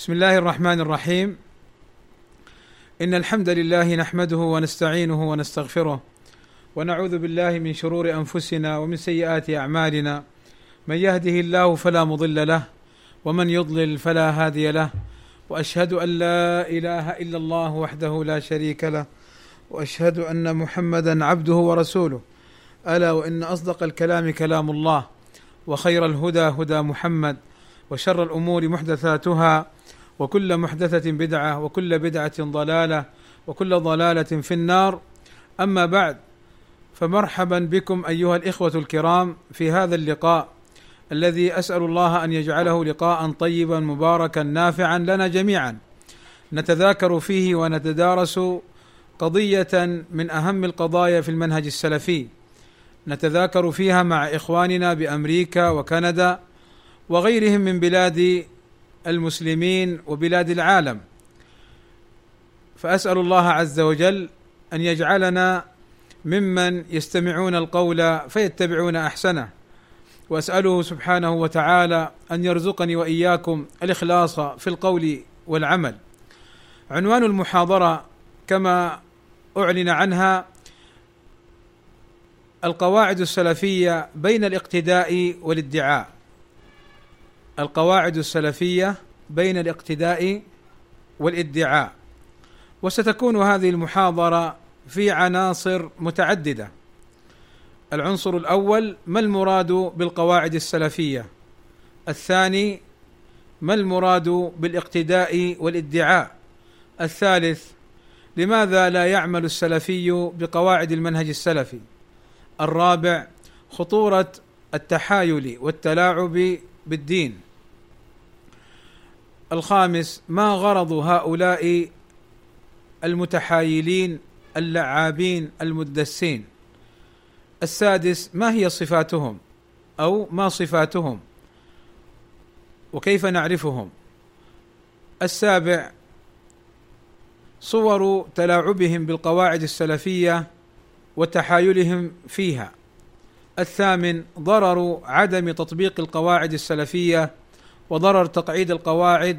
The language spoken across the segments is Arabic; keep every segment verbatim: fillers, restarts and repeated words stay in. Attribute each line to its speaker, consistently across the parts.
Speaker 1: بسم الله الرحمن الرحيم. إن الحمد لله نحمده ونستعينه ونستغفره ونعوذ بالله من شرور أنفسنا ومن سيئات أعمالنا، من يهده الله فلا مضل له ومن يضلل فلا هادي له، وأشهد أن لا إله إلا الله وحده لا شريك له، وأشهد أن محمدا عبده ورسوله. ألا وإن أصدق الكلام كلام الله، وخير الهدى هدى محمد، وشر الأمور محدثاتها، وكل محدثة بدعة، وكل بدعة ضلالة، وكل ضلالة في النار. أما بعد، فمرحبا بكم أيها الإخوة الكرام في هذا اللقاء الذي أسأل الله أن يجعله لقاء طيبا مباركا نافعا لنا جميعا، نتذاكر فيه ونتدارس قضية من أهم القضايا في المنهج السلفي، نتذاكر فيها مع إخواننا بأمريكا وكندا وغيرهم من بلاد المسلمين وبلاد العالم. فأسأل الله عز وجل أن يجعلنا ممن يستمعون القول فيتبعون أحسنه، وأسأله سبحانه وتعالى أن يرزقني وإياكم الإخلاص في القول والعمل. عنوان المحاضرة كما أعلن عنها: القواعد السلفية بين الاقتداء والادعاء. القواعد السلفية بين الاقتداء والادعاء. وستكون هذه المحاضرة في عناصر متعددة. العنصر الأول: ما المراد بالقواعد السلفية؟ الثاني: ما المراد بالاقتداء والادعاء؟ الثالث: لماذا لا يعمل السلفي بقواعد المنهج السلفي؟ الرابع: خطورة التحايل والتلاعب بالدين. الخامس: ما غرض هؤلاء المتحايلين اللعابين المدسين؟ السادس: ما هي صفاتهم أو ما صفاتهم وكيف نعرفهم؟ السابع: صور تلاعبهم بالقواعد السلفية وتحايلهم فيها. الثامن: ضرر عدم تطبيق القواعد السلفية وضرر تقعيد القواعد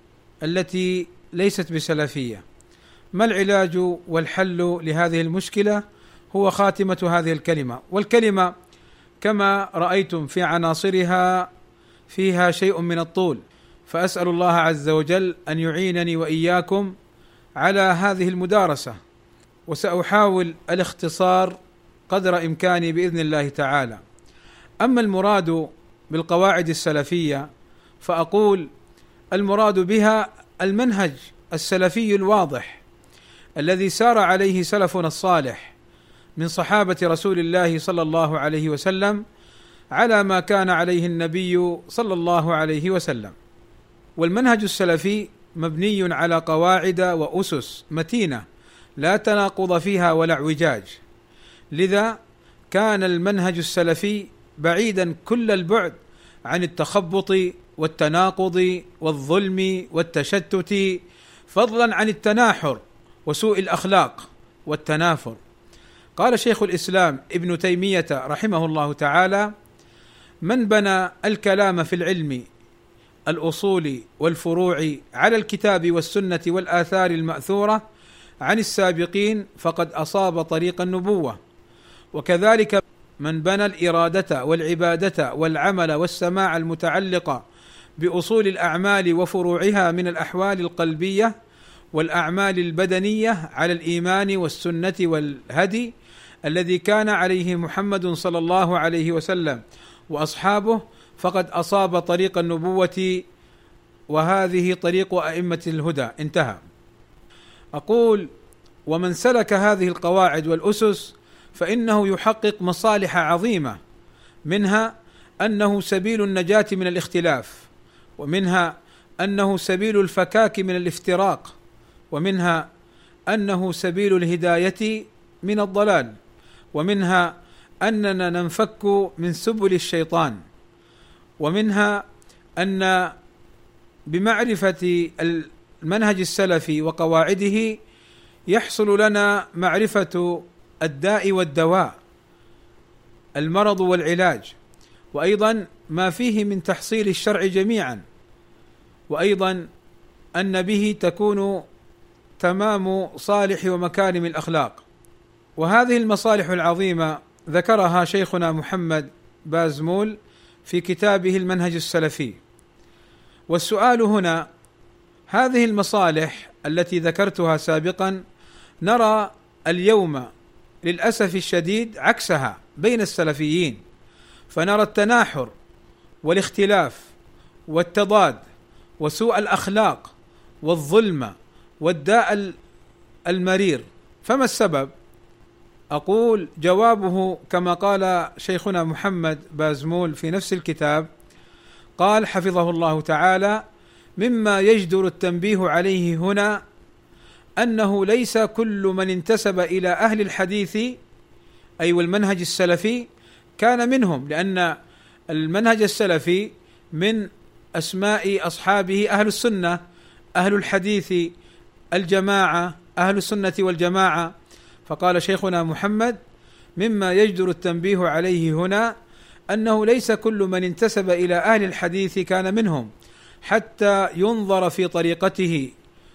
Speaker 1: التي ليست بسلفية. ما العلاج والحل لهذه المشكلة؟ هو خاتمة هذه الكلمة. والكلمة كما رأيتم في عناصرها فيها شيء من الطول، فأسأل الله عز وجل أن يعينني وإياكم على هذه المدارسة، وسأحاول الاختصار قدر إمكاني بإذن الله تعالى. أما المراد بالقواعد السلفية فأقول: المراد بها المنهج السلفي الواضح الذي سار عليه سلفنا الصالح من صحابة رسول الله صلى الله عليه وسلم على ما كان عليه النبي صلى الله عليه وسلم. والمنهج السلفي مبني على قواعد وأسس متينة لا تناقض فيها ولا اعوجاج، لذا كان المنهج السلفي بعيدا كل البعد عن التخبط والتناقض والظلم والتشتت، فضلا عن التناحر وسوء الأخلاق والتنافر. قال شيخ الإسلام ابن تيمية رحمه الله تعالى: من بنى الكلام في العلم الأصول والفروع على الكتاب والسنة والآثار المأثورة عن السابقين فقد أصاب طريق النبوة. وكذلك من بنى الإرادة والعبادة والعمل والسماع المتعلقة بأصول الأعمال وفروعها من الأحوال القلبية والأعمال البدنية على الإيمان والسنة والهدي الذي كان عليه محمد صلى الله عليه وسلم وأصحابه فقد أصاب طريق النبوة، وهذه طريق أئمة الهدى. انتهى. أقول: ومن سلك هذه القواعد والأسس فإنه يحقق مصالح عظيمة، منها أنه سبيل النجاة من الاختلاف، ومنها أنه سبيل الفكاك من الافتراق، ومنها أنه سبيل الهداية من الضلال، ومنها أننا ننفك من سبل الشيطان، ومنها أن بمعرفة المنهج السلفي وقواعده يحصل لنا معرفة الداء والدواء، المرض والعلاج، وأيضا ما فيه من تحصيل الشرع جميعا، وأيضا أن به تكون تمام صالح ومكارم الأخلاق. وهذه المصالح العظيمة ذكرها شيخنا محمد بازمول في كتابه المنهج السلفي. والسؤال هنا: هذه المصالح التي ذكرتها سابقا نرى اليوم للأسف الشديد عكسها بين السلفيين، فنرى التناحر والاختلاف والتضاد وسوء الأخلاق والظلم والداء المرير. فما السبب؟ أقول جوابه كما قال شيخنا محمد بازمول في نفس الكتاب، قال حفظه الله تعالى: مما يجدر التنبيه عليه هنا أنه ليس كل من انتسب إلى أهل الحديث أي والمنهج السلفي كان منهم، لأن المنهج السلفي من أسماء أصحابه أهل السنة، أهل الحديث، الجماعة، أهل السنة والجماعة. فقال شيخنا محمد: مما يجدر التنبيه عليه هنا أنه ليس كل من انتسب إلى أهل الحديث كان منهم، حتى ينظر في طريقته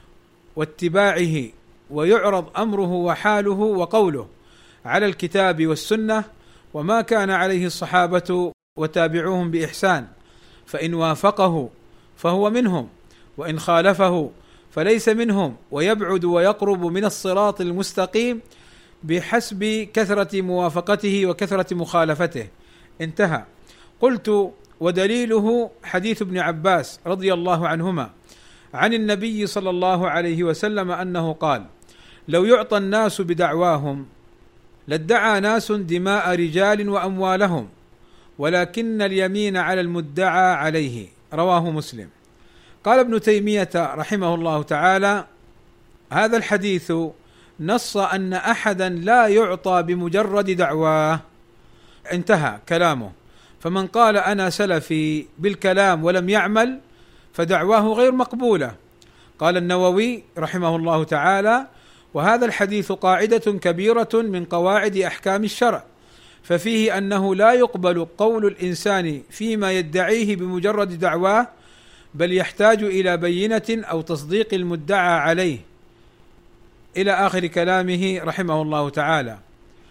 Speaker 1: واتباعه ويعرض أمره وحاله وقوله على الكتاب والسنة وما كان عليه الصحابة وتابعوهم بإحسان، فإن وافقه فهو منهم، وإن خالفه فليس منهم، ويبعد ويقرب من الصراط المستقيم بحسب كثرة موافقته وكثرة مخالفته. انتهى. قلت: ودليله حديث ابن عباس رضي الله عنهما عن النبي صلى الله عليه وسلم أنه قال: لو يعطى الناس بدعواهم لادعى ناس دماء رجال وأموالهم، ولكن اليمين على المدعى عليه. رواه مسلم. قال ابن تيمية رحمه الله تعالى: هذا الحديث نص أن أحدا لا يعطى بمجرد دعواه. انتهى كلامه. فمن قال أنا سلفي بالكلام ولم يعمل فدعواه غير مقبولة. قال النووي رحمه الله تعالى: وهذا الحديث قاعدة كبيرة من قواعد أحكام الشرع، ففيه أنه لا يقبل قول الإنسان فيما يدعيه بمجرد دعواه، بل يحتاج إلى بينة أو تصديق المدعى عليه، إلى آخر كلامه رحمه الله تعالى.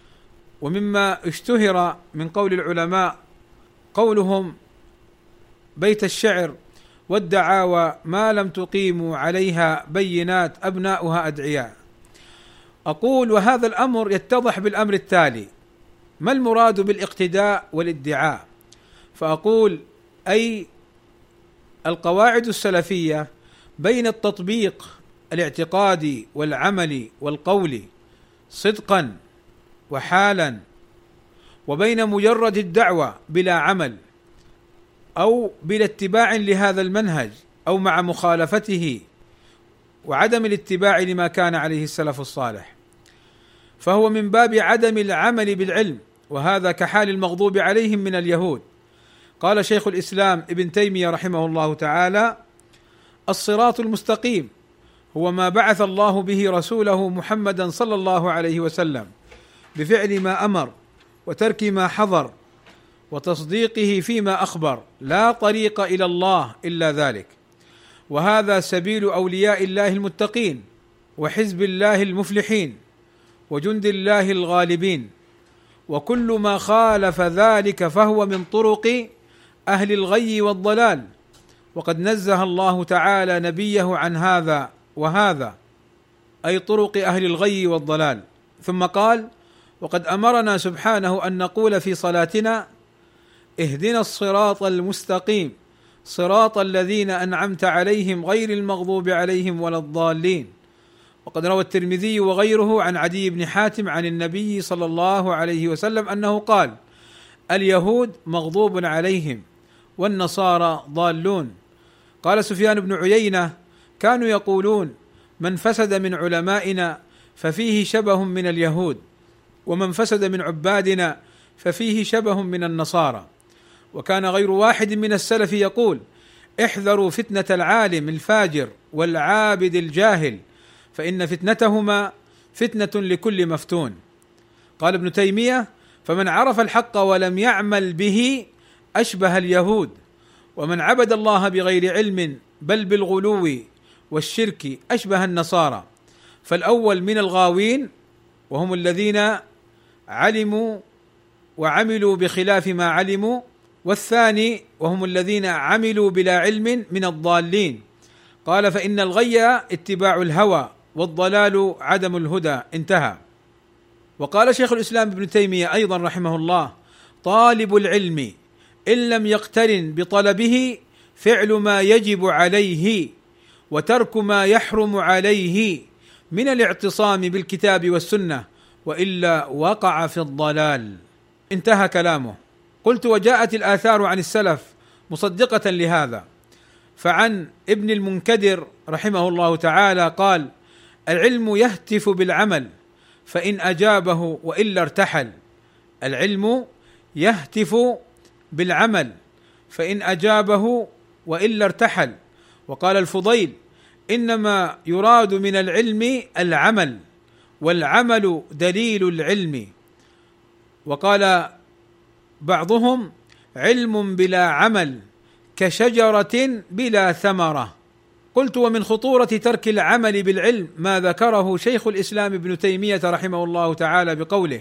Speaker 1: ومما اشتهر من قول العلماء قولهم بيت الشعر: والدعاوى ما لم تقيموا عليها بينات أبناؤها أدعياء. أقول: وهذا الأمر يتضح بالأمر التالي: ما المراد بالاقتداء والادعاء؟ فأقول: أي القواعد السلفية بين التطبيق الاعتقادي والعملي والقولي صدقا وحالا، وبين مجرد الدعوة بلا عمل أو بلا اتباع لهذا المنهج أو مع مخالفته وعدم الاتباع لما كان عليه السلف الصالح، فهو من باب عدم العمل بالعلم، وهذا كحال المغضوب عليهم من اليهود. قال شيخ الإسلام ابن تيمية رحمه الله تعالى: الصراط المستقيم هو ما بعث الله به رسوله محمدا صلى الله عليه وسلم بفعل ما أمر وترك ما حظر وتصديقه فيما أخبر، لا طريق إلى الله إلا ذلك، وهذا سبيل أولياء الله المتقين وحزب الله المفلحين وجند الله الغالبين، وكل ما خالف ذلك فهو من طرق أهل الغي والضلال، وقد نزه الله تعالى نبيه عن هذا وهذا، أي طرق أهل الغي والضلال. ثم قال: وقد أمرنا سبحانه أن نقول في صلاتنا: اهدنا الصراط المستقيم صراط الذين أنعمت عليهم غير المغضوب عليهم ولا الضالين. وقد روى الترمذي وغيره عن عدي بن حاتم عن النبي صلى الله عليه وسلم أنه قال: اليهود مغضوب عليهم والنصارى ضالون. قال سفيان بن عيينة: كانوا يقولون: من فسد من علمائنا ففيه شبه من اليهود، ومن فسد من عبادنا ففيه شبه من النصارى. وكان غير واحد من السلف يقول: احذروا فتنة العالم الفاجر والعابد الجاهل، فإن فتنتهما فتنة لكل مفتون. قال ابن تيمية: فمن عرف الحق ولم يعمل به أشبه اليهود، ومن عبد الله بغير علم بل بالغلو والشرك أشبه النصارى، فالأول من الغاوين وهم الذين علموا وعملوا بخلاف ما علموا، والثاني وهم الذين عملوا بلا علم من الضالين. قال: فإن الغي اتباع الهوى والضلال عدم الهدى. انتهى. وقال شيخ الإسلام ابن تيمية أيضا رحمه الله: طالب العلم إن لم يقترن بطلبه فعل ما يجب عليه وترك ما يحرم عليه من الاعتصام بالكتاب والسنة، وإلا وقع في الضلال. انتهى كلامه. قلت: وجاءت الآثار عن السلف مصدقة لهذا، فعن ابن المنكدر رحمه الله تعالى قال: العلم يهتف بالعمل فإن أجابه وإلا ارتحل. العلم يهتف بالعمل فإن أجابه وإلا ارتحل. وقال الفضيل: إنما يراد من العلم العمل، والعمل دليل العلم. وقال بعضهم: علم بلا عمل كشجرة بلا ثمرة. قلت: ومن خطورة ترك العمل بالعلم ما ذكره شيخ الإسلام ابن تيمية رحمه الله تعالى بقوله: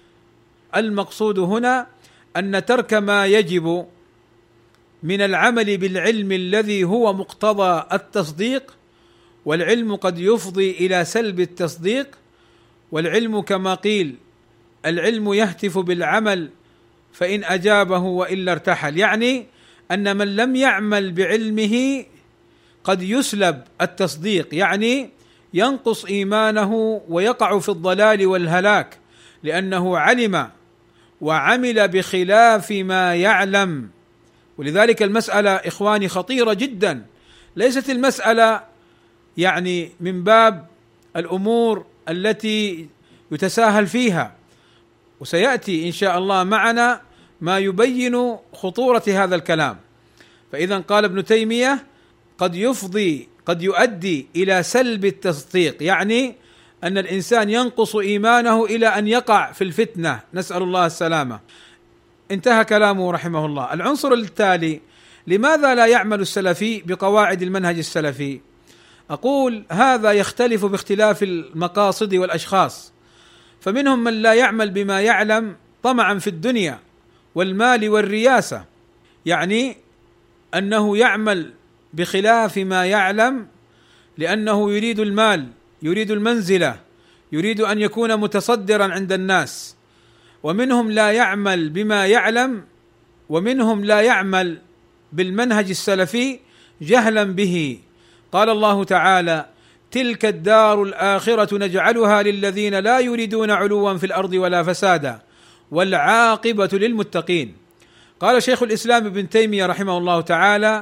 Speaker 1: المقصود هنا أن ترك ما يجب من العمل بالعلم الذي هو مقتضى التصديق، والعلم قد يفضي إلى سلب التصديق، والعلم كما قيل العلم يهتف بالعمل فإن أجابه وإلا ارتحل، يعني أن من لم يعمل بعلمه قد يسلب التصديق، يعني ينقص إيمانه ويقع في الضلال والهلاك، لأنه علم وعمل بخلاف ما يعلم. ولذلك المسألة إخواني خطيرة جدا، ليست المسألة يعني من باب الأمور التي يتساهل فيها، وسيأتي إن شاء الله معنا ما يبين خطورة هذا الكلام. فإذا قال ابن تيمية: قد يفضي قد يؤدي إلى سلب التصديق، يعني أن الإنسان ينقص إيمانه إلى أن يقع في الفتنة، نسأل الله السلامة. انتهى كلامه رحمه الله. العنصر التالي: لماذا لا يعمل السلفي بقواعد المنهج السلفي؟ أقول: هذا يختلف باختلاف المقاصد والأشخاص، فمنهم من لا يعمل بما يعلم طمعا في الدنيا والمال والرياسة، يعني أنه يعمل بخلاف ما يعلم لأنه يريد المال، يريد المنزلة، يريد أن يكون متصدرا عند الناس. ومنهم لا يعمل بما يعلم، ومنهم لا يعمل بالمنهج السلفي جهلا به. قال الله تعالى: تلك الدار الآخرة نجعلها للذين لا يريدون علوا في الأرض ولا فسادا والعاقبة للمتقين. قال شيخ الإسلام ابن تيمية رحمه الله تعالى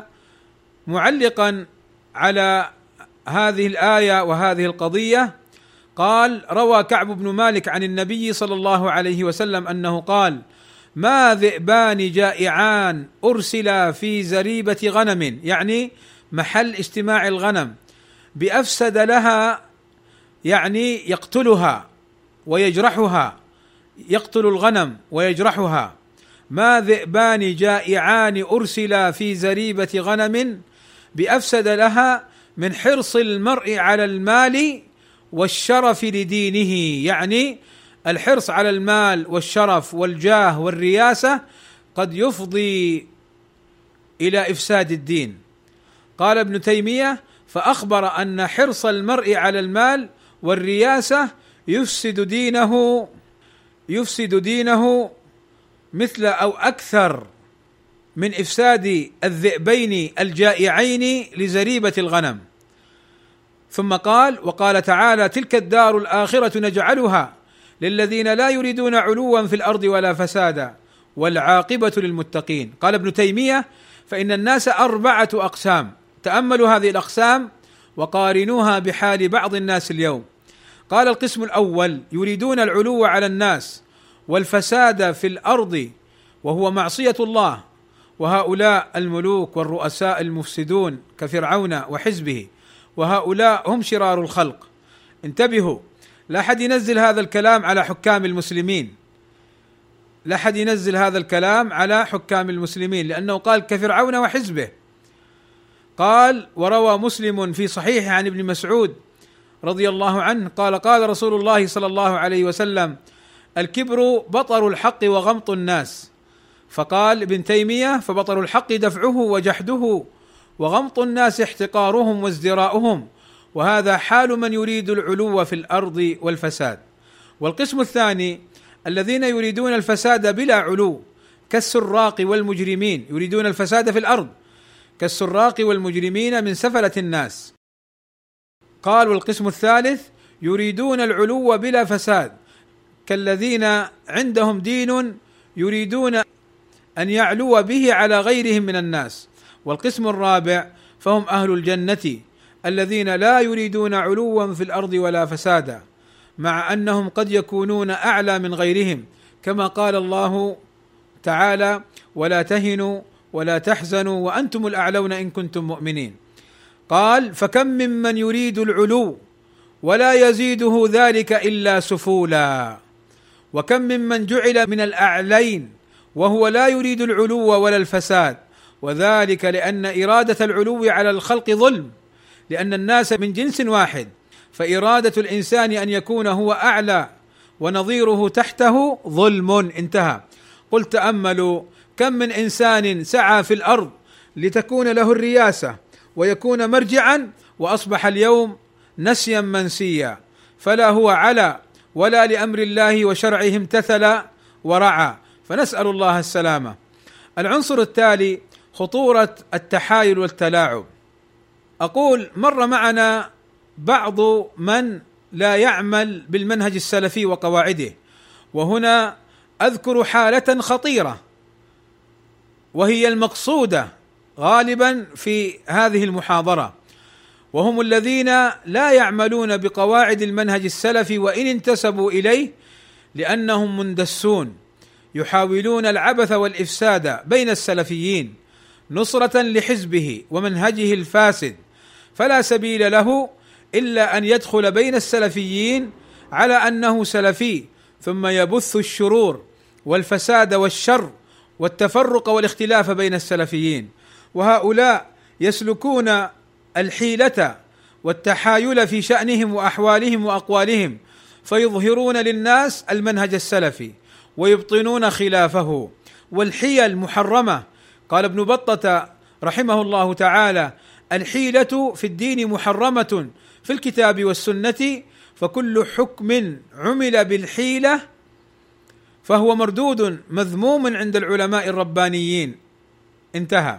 Speaker 1: معلقا على هذه الآية وهذه القضية، قال: روى كعب بن مالك عن النبي صلى الله عليه وسلم أنه قال: ما ذئبان جائعان أرسلا في زريبة غنم، يعني محل اجتماع الغنم، بأفسد لها، يعني يقتلها ويجرحها، يقتل الغنم ويجرحها. ما ذئبان جائعان أرسلا في زريبة غنم بأفسد لها من حرص المرء على المال والشرف لدينه، يعني الحرص على المال والشرف والجاه والرياسة قد يفضي إلى إفساد الدين. قال ابن تيمية: فأخبر أن حرص المرء على المال والرياسة يفسد دينه يفسد دينه مثل أو أكثر من إفساد الذئبين الجائعين لزريبة الغنم. ثم قال: وقال تعالى: تلك الدار الآخرة نجعلها للذين لا يريدون علوا في الأرض ولا فسادا والعاقبة للمتقين. قال ابن تيمية: فإن الناس أربعة أقسام، تأملوا هذه الأقسام وقارنوها بحال بعض الناس اليوم. قال: القسم الأول يريدون العلو على الناس والفساد في الأرض وهو معصية الله، وهؤلاء الملوك والرؤساء المفسدون كفرعون وحزبه، وهؤلاء هم شرار الخلق. انتبهوا، لا أحد ينزل هذا الكلام على حكام المسلمين، لا أحد ينزل هذا الكلام على حكام المسلمين، لأنه قال كفرعون وحزبه. قال: وروى مسلم في صحيحه عن ابن مسعود رضي الله عنه قال: قال رسول الله صلى الله عليه وسلم: الكبر بطر الحق وغمط الناس. فقال ابن تيمية: فبطر الحق دفعه وجحده، وغمط الناس احتقارهم وازدراؤهم، وهذا حال من يريد العلو في الأرض والفساد. والقسم الثاني الذين يريدون الفساد بلا علو كالسراق والمجرمين، يريدون الفساد في الأرض كالسراق والمجرمين من سفلة الناس. قال: والقسم الثالث يريدون العلو بلا فساد كالذين عندهم دين يريدون أن يعلو به على غيرهم من الناس. والقسم الرابع فهم أهل الجنة الذين لا يريدون علوا في الأرض ولا فسادا، مع أنهم قد يكونون أعلى من غيرهم، كما قال الله تعالى: ولا تهنوا ولا تحزنوا وأنتم الأعلون إن كنتم مؤمنين. قال: فكم ممن يريد العلو ولا يزيده ذلك إلا سفولا، وكم ممن جعل من الأعلين وهو لا يريد العلو ولا الفساد، وذلك لأن إرادة العلو على الخلق ظلم، لأن الناس من جنس واحد، فإرادة الإنسان أن يكون هو أعلى ونظيره تحته ظلم. انتهى. قل تأملوا كم من إنسان سعى في الأرض لتكون له الرياسة ويكون مرجعا، وأصبح اليوم نسيا منسيا، فلا هو على ولا لأمر الله وشرعه امتثل ورعى، فنسأل الله السلامة. العنصر التالي خطورة التحايل والتلاعب. أقول: مر معنا بعض من لا يعمل بالمنهج السلفي وقواعده، وهنا أذكر حالة خطيرة وهي المقصودة غالبا في هذه المحاضرة، وهم الذين لا يعملون بقواعد المنهج السلفي وإن انتسبوا إليه، لأنهم مندسون يحاولون العبث والإفساد بين السلفيين نصرة لحزبه ومنهجه الفاسد، فلا سبيل له إلا أن يدخل بين السلفيين على أنه سلفي، ثم يبث الشرور والفساد والشر والتفرق والاختلاف بين السلفيين. وهؤلاء يسلكون الحيلة والتحايل في شأنهم وأحوالهم وأقوالهم، فيظهرون للناس المنهج السلفي ويبطنون خلافه، والحيل محرمة. قال ابن بطة رحمه الله تعالى: الحيلة في الدين محرمة في الكتاب والسنة، فكل حكم عمل بالحيلة فهو مردود مذموم عند العلماء الربانيين. انتهى.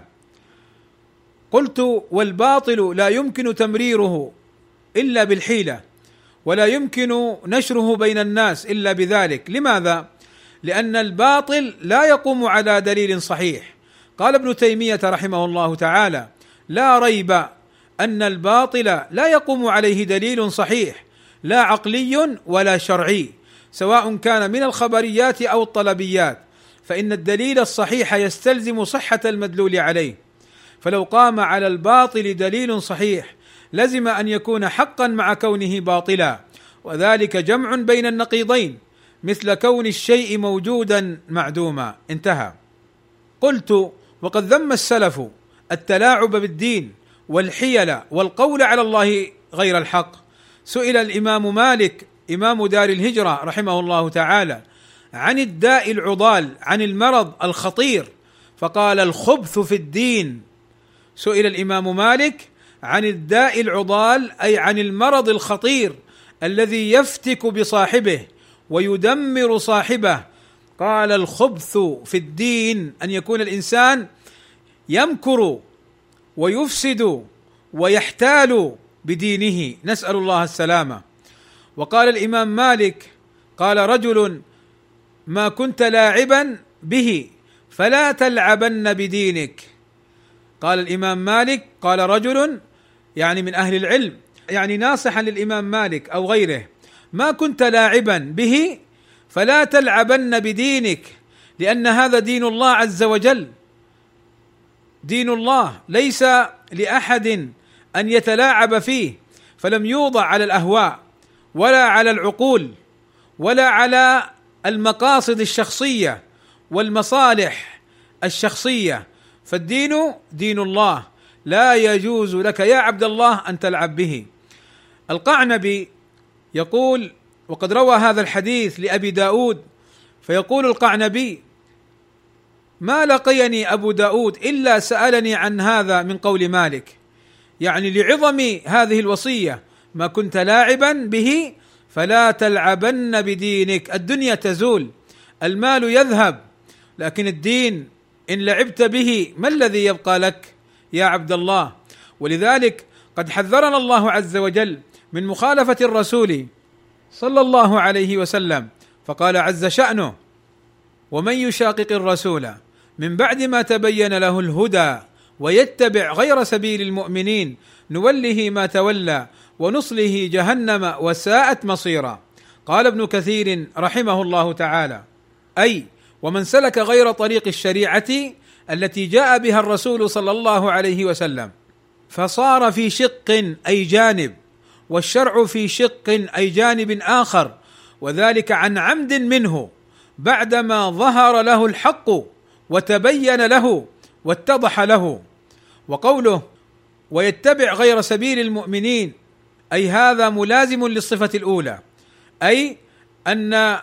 Speaker 1: قلت: والباطل لا يمكن تمريره إلا بالحيلة، ولا يمكن نشره بين الناس إلا بذلك. لماذا؟ لأن الباطل لا يقوم على دليل صحيح. قال ابن تيمية رحمه الله تعالى: لا ريب أن الباطل لا يقوم عليه دليل صحيح، لا عقلي ولا شرعي، سواء كان من الخبريات أو الطلبيات، فإن الدليل الصحيح يستلزم صحة المدلول عليه. فلو قام على الباطل دليل صحيح لزم أن يكون حقا مع كونه باطلا، وذلك جمع بين النقيضين، مثل كون الشيء موجودا معدوما. انتهى. قلت: وقد ذم السلف التلاعب بالدين والحيل والقول على الله غير الحق. سئل الإمام مالك إمام دار الهجرة رحمه الله تعالى عن الداء العضال، عن المرض الخطير، فقال: الخبث في الدين. سئل الإمام مالك عن الداء العضال، أي عن المرض الخطير الذي يفتك بصاحبه ويدمر صاحبه، قال: الخبث في الدين أن يكون الإنسان يمكر ويفسد ويحتال بدينه، نسأل الله السلامة. وقال الإمام مالك: قال رجل: ما كنت لاعبا به فلا تلعبن بدينك. قال الإمام مالك: قال رجل يعني من أهل العلم، يعني ناصحا للإمام مالك أو غيره: ما كنت لاعبا به فلا تلعبن بدينك، لأن هذا دين الله عز وجل، دين الله ليس لأحد أن يتلاعب فيه، فلم يوضع على الأهواء ولا على العقول ولا على المقاصد الشخصية والمصالح الشخصية، فالدين دين الله لا يجوز لك يا عبد الله أن تلعب به. القعنبي يقول، وقد روى هذا الحديث لأبي داود، فيقول القعنبي: ما لقيني أبو داود إلا سألني عن هذا من قول مالك، يعني لعظم هذه الوصية: ما كنت لاعبا به فلا تلعبن بدينك. الدنيا تزول، المال يذهب، لكن الدين إن لعبت به ما الذي يبقى لك يا عبد الله؟ ولذلك قد حذرنا الله عز وجل من مخالفة الرسول صلى الله عليه وسلم، فقال عز شأنه: ومن يشاقق الرسول من بعد ما تبين له الهدى ويتبع غير سبيل المؤمنين نوله ما تولى ونصله جهنم وساءت مصيرا. قال ابن كثير رحمه الله تعالى: أي ومن سلك غير طريق الشريعة التي جاء بها الرسول صلى الله عليه وسلم فصار في شق أي جانب، والشرع في شق أي جانب آخر، وذلك عن عمد منه بعدما ظهر له الحق وتبين له واتضح له. وقوله ويتبع غير سبيل المؤمنين أي هذا ملازم للصفة الأولى، أي أن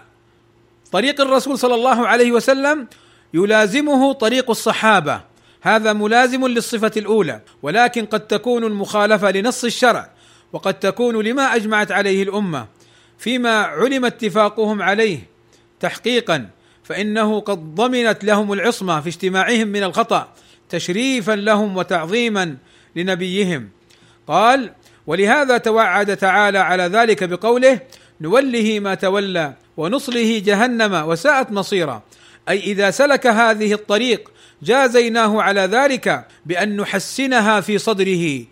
Speaker 1: طريق الرسول صلى الله عليه وسلم يلازمه طريق الصحابة، هذا ملازم للصفة الأولى، ولكن قد تكون المخالفة لنص الشرع، وقد تكون لما أجمعت عليه الأمة فيما علم اتفاقهم عليه تحقيقا، فإنه قد ضمنت لهم العصمة في اجتماعهم من الخطأ تشريفا لهم وتعظيما لنبيهم. قال: ولهذا توعد تعالى على ذلك بقوله: نوله ما تولى ونصله جهنم وساءت مصيرا، أي إذا سلك هذه الطريق جازيناه على ذلك بأن نحسنها في صدره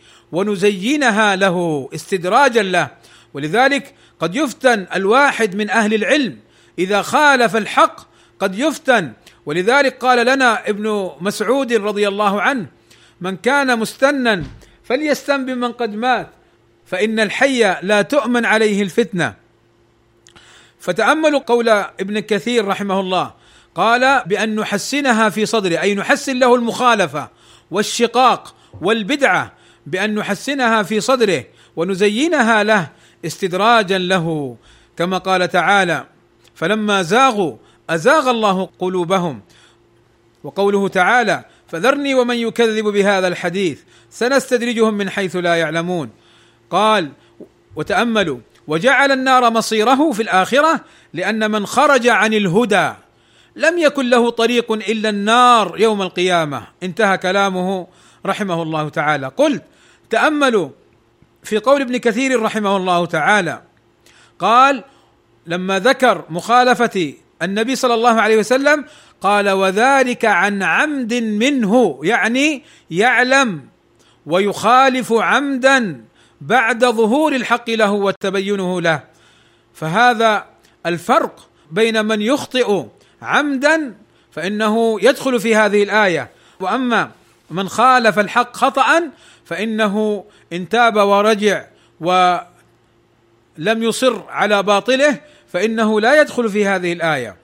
Speaker 1: ونزينها له استدراجا له. ولذلك قد يفتن الواحد من أهل العلم إذا خالف الحق، قد يفتن. ولذلك قال لنا ابن مسعود رضي الله عنه: من كان مستنا فليستن بمن قد مات فإن الحي لا تؤمن عليه الفتنة. فتأملوا قول ابن كثير رحمه الله، قال بأن نحسنها في صدره، أي نحسن له المخالفة والشقاق والبدعة، بأن نحسنها في صدره ونزينها له استدراجا له، كما قال تعالى: فلما زاغوا أزاغ الله قلوبهم. وقوله تعالى: فذرني ومن يكذب بهذا الحديث سنستدرجهم من حيث لا يعلمون. قال: وتأملوا: وجعل النار مصيره في الآخرة، لأن من خرج عن الهدى لم يكن له طريق إلا النار يوم القيامة. انتهى كلامه رحمه الله تعالى. قلت: تأملوا في قول ابن كثير رحمه الله تعالى، قال لما ذكر مخالفة النبي صلى الله عليه وسلم قال: وذلك عن عمد منه، يعني يعلم ويخالف عمدا بعد ظهور الحق له وتبينه له. فهذا الفرق بين من يخطئ عمدا فإنه يدخل في هذه الآية، وأما من خالف الحق خطأ فإنه إن تاب ورجع ولم يصر على باطله فإنه لا يدخل في هذه الآية.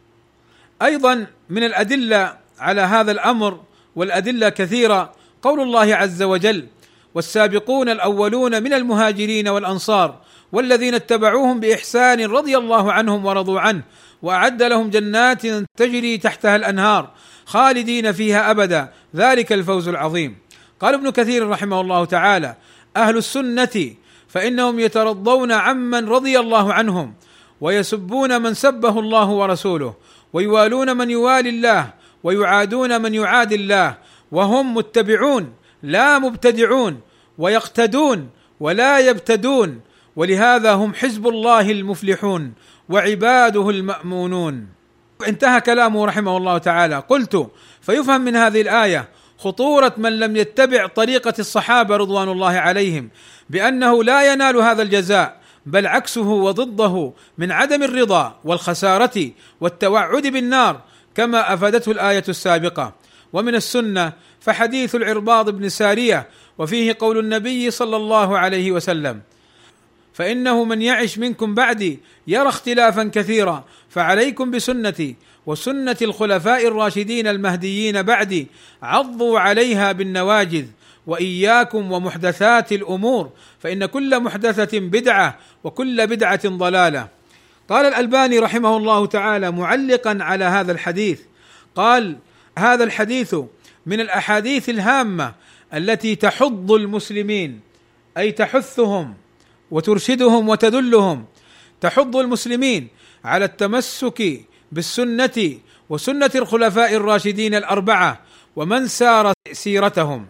Speaker 1: أيضا من الأدلة على هذا الأمر، والأدلة كثيرة، قول الله عز وجل: والسابقون الأولون من المهاجرين والأنصار والذين اتبعوهم بإحسان رضي الله عنهم ورضوا عنه وأعد لهم جنات تجري تحتها الأنهار خالدين فيها أبدا ذلك الفوز العظيم. قال ابن كثير رحمه الله تعالى: أهل السنة فإنهم يترضون عمن رضي الله عنهم ويسبون من سبه الله ورسوله ويوالون من يوالي الله ويعادون من يعادي الله، وهم متبعون لا مبتدعون، ويقتدون ولا يبتدون، ولهذا هم حزب الله المفلحون وعباده المأمونون. انتهى كلامه رحمه الله تعالى. قلت: فيفهم من هذه الآية خطورة من لم يتبع طريقة الصحابة رضوان الله عليهم، بأنه لا ينال هذا الجزاء، بل عكسه وضده من عدم الرضا والخسارة والتوعد بالنار، كما أفادته الآية السابقة. ومن السنة فحديث العرباض بن سارية، وفيه قول النبي صلى الله عليه وسلم: فإنه من يعش منكم بعدي يرى اختلافا كثيرا، فعليكم بسنتي وسنة الخلفاء الراشدين المهديين بعدي، عضوا عليها بالنواجذ وإياكم ومحدثات الأمور فإن كل محدثة بدعة وكل بدعة ضلالة. قال الألباني رحمه الله تعالى معلقا على هذا الحديث، قال: هذا الحديث من الأحاديث الهامة التي تحض المسلمين، أي تحثهم وترشدهم وتدلهم، تحض المسلمين على التمسك بالسنة وسنة الخلفاء الراشدين الأربعة ومن سار سيرتهم،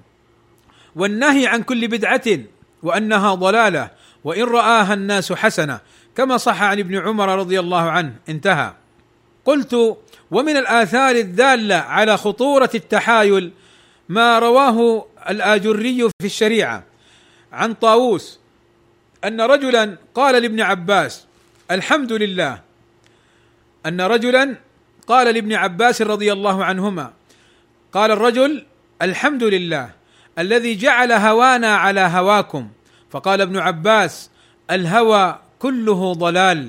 Speaker 1: والنهي عن كل بدعة وأنها ضلالة وإن رآها الناس حسنة، كما صح عن ابن عمر رضي الله عنه. انتهى. قلت: ومن الآثار الدالة على خطورة التحايل ما رواه الآجري في الشريعة عن طاووس أن رجلا قال لابن عباس: الحمد لله. أن رجلا قال لابن عباس رضي الله عنهما، قال الرجل: الحمد لله الذي جعل هوانا على هواكم. فقال ابن عباس: الهوى كله ضلال،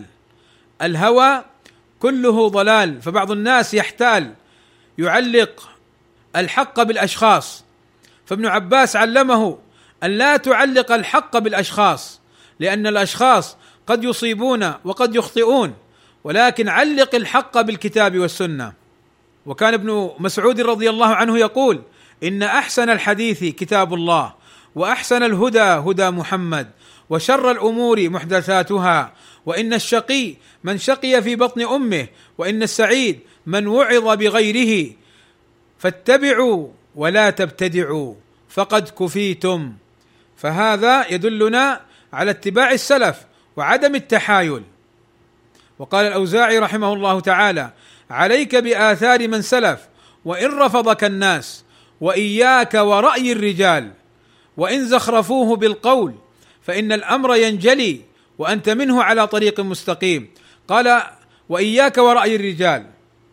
Speaker 1: الهوى كله ضلال. فبعض الناس يحتال يعلق الحق بالاشخاص، فابن عباس علمه ان لا تعلق الحق بالاشخاص، لان الاشخاص قد يصيبون وقد يخطئون، ولكن علق الحق بالكتاب والسنه. وكان ابن مسعود رضي الله عنه يقول: ان احسن الحديث كتاب الله، واحسن الهدى هدى محمد، وشر الامور محدثاتها، وان الشقي من شقي في بطن امه، وان السعيد من وعظ بغيره، فاتبعوا ولا تبتدعوا فقد كفيتم. فهذا يدلنا على اتباع السلف وعدم التحايل. وقال الأوزاعي رحمه الله تعالى: عليك بآثار من سلف وإن رفضك الناس، وإياك ورأي الرجال وإن زخرفوه بالقول، فإن الأمر ينجلي وأنت منه على طريق مستقيم. قال: وإياك ورأي الرجال،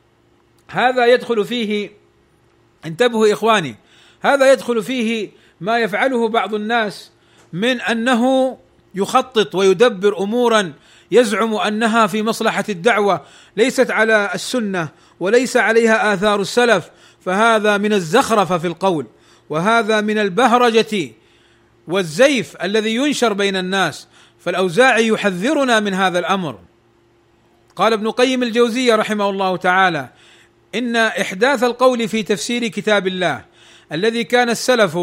Speaker 1: هذا يدخل فيه، انتبهوا إخواني، هذا يدخل فيه ما يفعله بعض الناس من أنه يخطط ويدبر أمورا يزعم أنها في مصلحة الدعوة، ليست على السنة وليس عليها آثار السلف، فهذا من الزخرفة في القول، وهذا من البهرجة والزيف الذي ينشر بين الناس. فالأوزاعي يحذرنا من هذا الأمر. قال ابن قيم الجوزية رحمه الله تعالى: إن إحداث القول في تفسير كتاب الله الذي كان السلف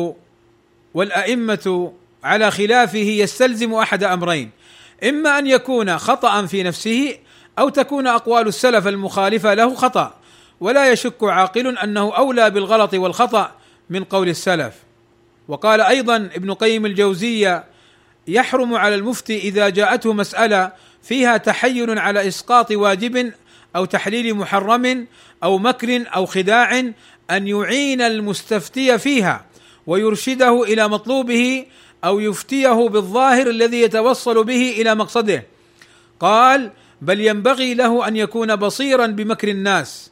Speaker 1: والأئمة على خلافه يستلزم أحد أمرين: إما أن يكون خطأ في نفسه، أو تكون أقوال السلف المخالفة له خطأ، ولا يشك عاقل أنه أولى بالغلط والخطأ من قول السلف. وقال أيضا ابن قيم الجوزية: يحرم على المفتي إذا جاءته مسألة فيها تحيل على إسقاط واجب أو تحليل محرم أو مكر أو خداع أن يعين المستفتي فيها ويرشده إلى مطلوبه، أو يفتيه بالظاهر الذي يتوصل به إلى مقصده. قال: بل ينبغي له أن يكون بصيرا بمكر الناس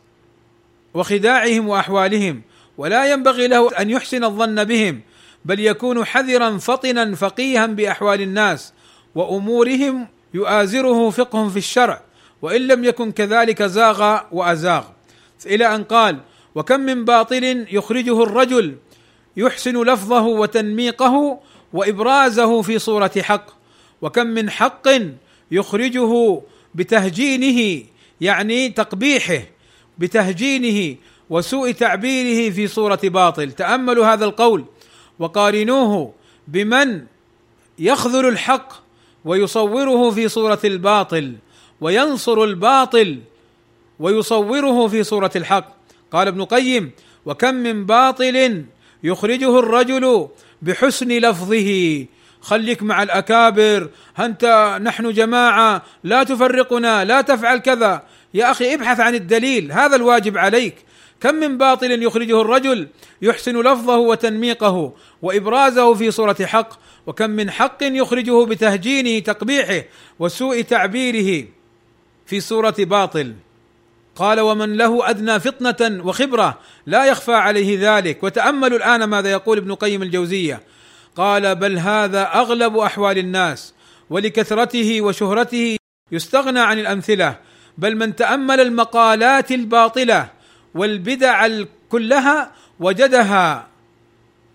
Speaker 1: وخداعهم وأحوالهم، ولا ينبغي له أن يحسن الظن بهم، بل يكون حذرا فطنا فقيها بأحوال الناس وأمورهم، يؤازره فقه في الشرع، وإن لم يكن كذلك زاغ وأزاغ. إلى أن قال: وكم من باطل يخرجه الرجل يحسن لفظه وتنميقه وإبرازه في صورة حق، وكم من حق يخرجه بتهجينه، يعني تقبيحه بتهجينه وسوء تعبيره في صورة باطل. تأملوا هذا القول وقارنوه بمن يخذل الحق ويصوره في صورة الباطل، وينصر الباطل ويصوره في صورة الحق. قال ابن قيم: وكم من باطل يخرجه الرجل بحسن لفظه، خليك مع الأكابر، أنت نحن جماعة، لا تفرقنا، لا تفعل كذا. يا أخي ابحث عن الدليل، هذا الواجب عليك. كم من باطل يخرجه الرجل يحسن لفظه وتنميقه وإبرازه في صورة حق، وكم من حق يخرجه بتهجينه تقبيحه وسوء تعبيره في صورة باطل. قال: ومن له أدنى فطنة وخبرة لا يخفى عليه ذلك. وتأملوا الآن ماذا يقول ابن قيم الجوزية. قال: بل هذا أغلب أحوال الناس، ولكثرته وشهرته يستغنى عن الأمثلة. بل من تأمل المقالات الباطلة والبدع كلها وجدها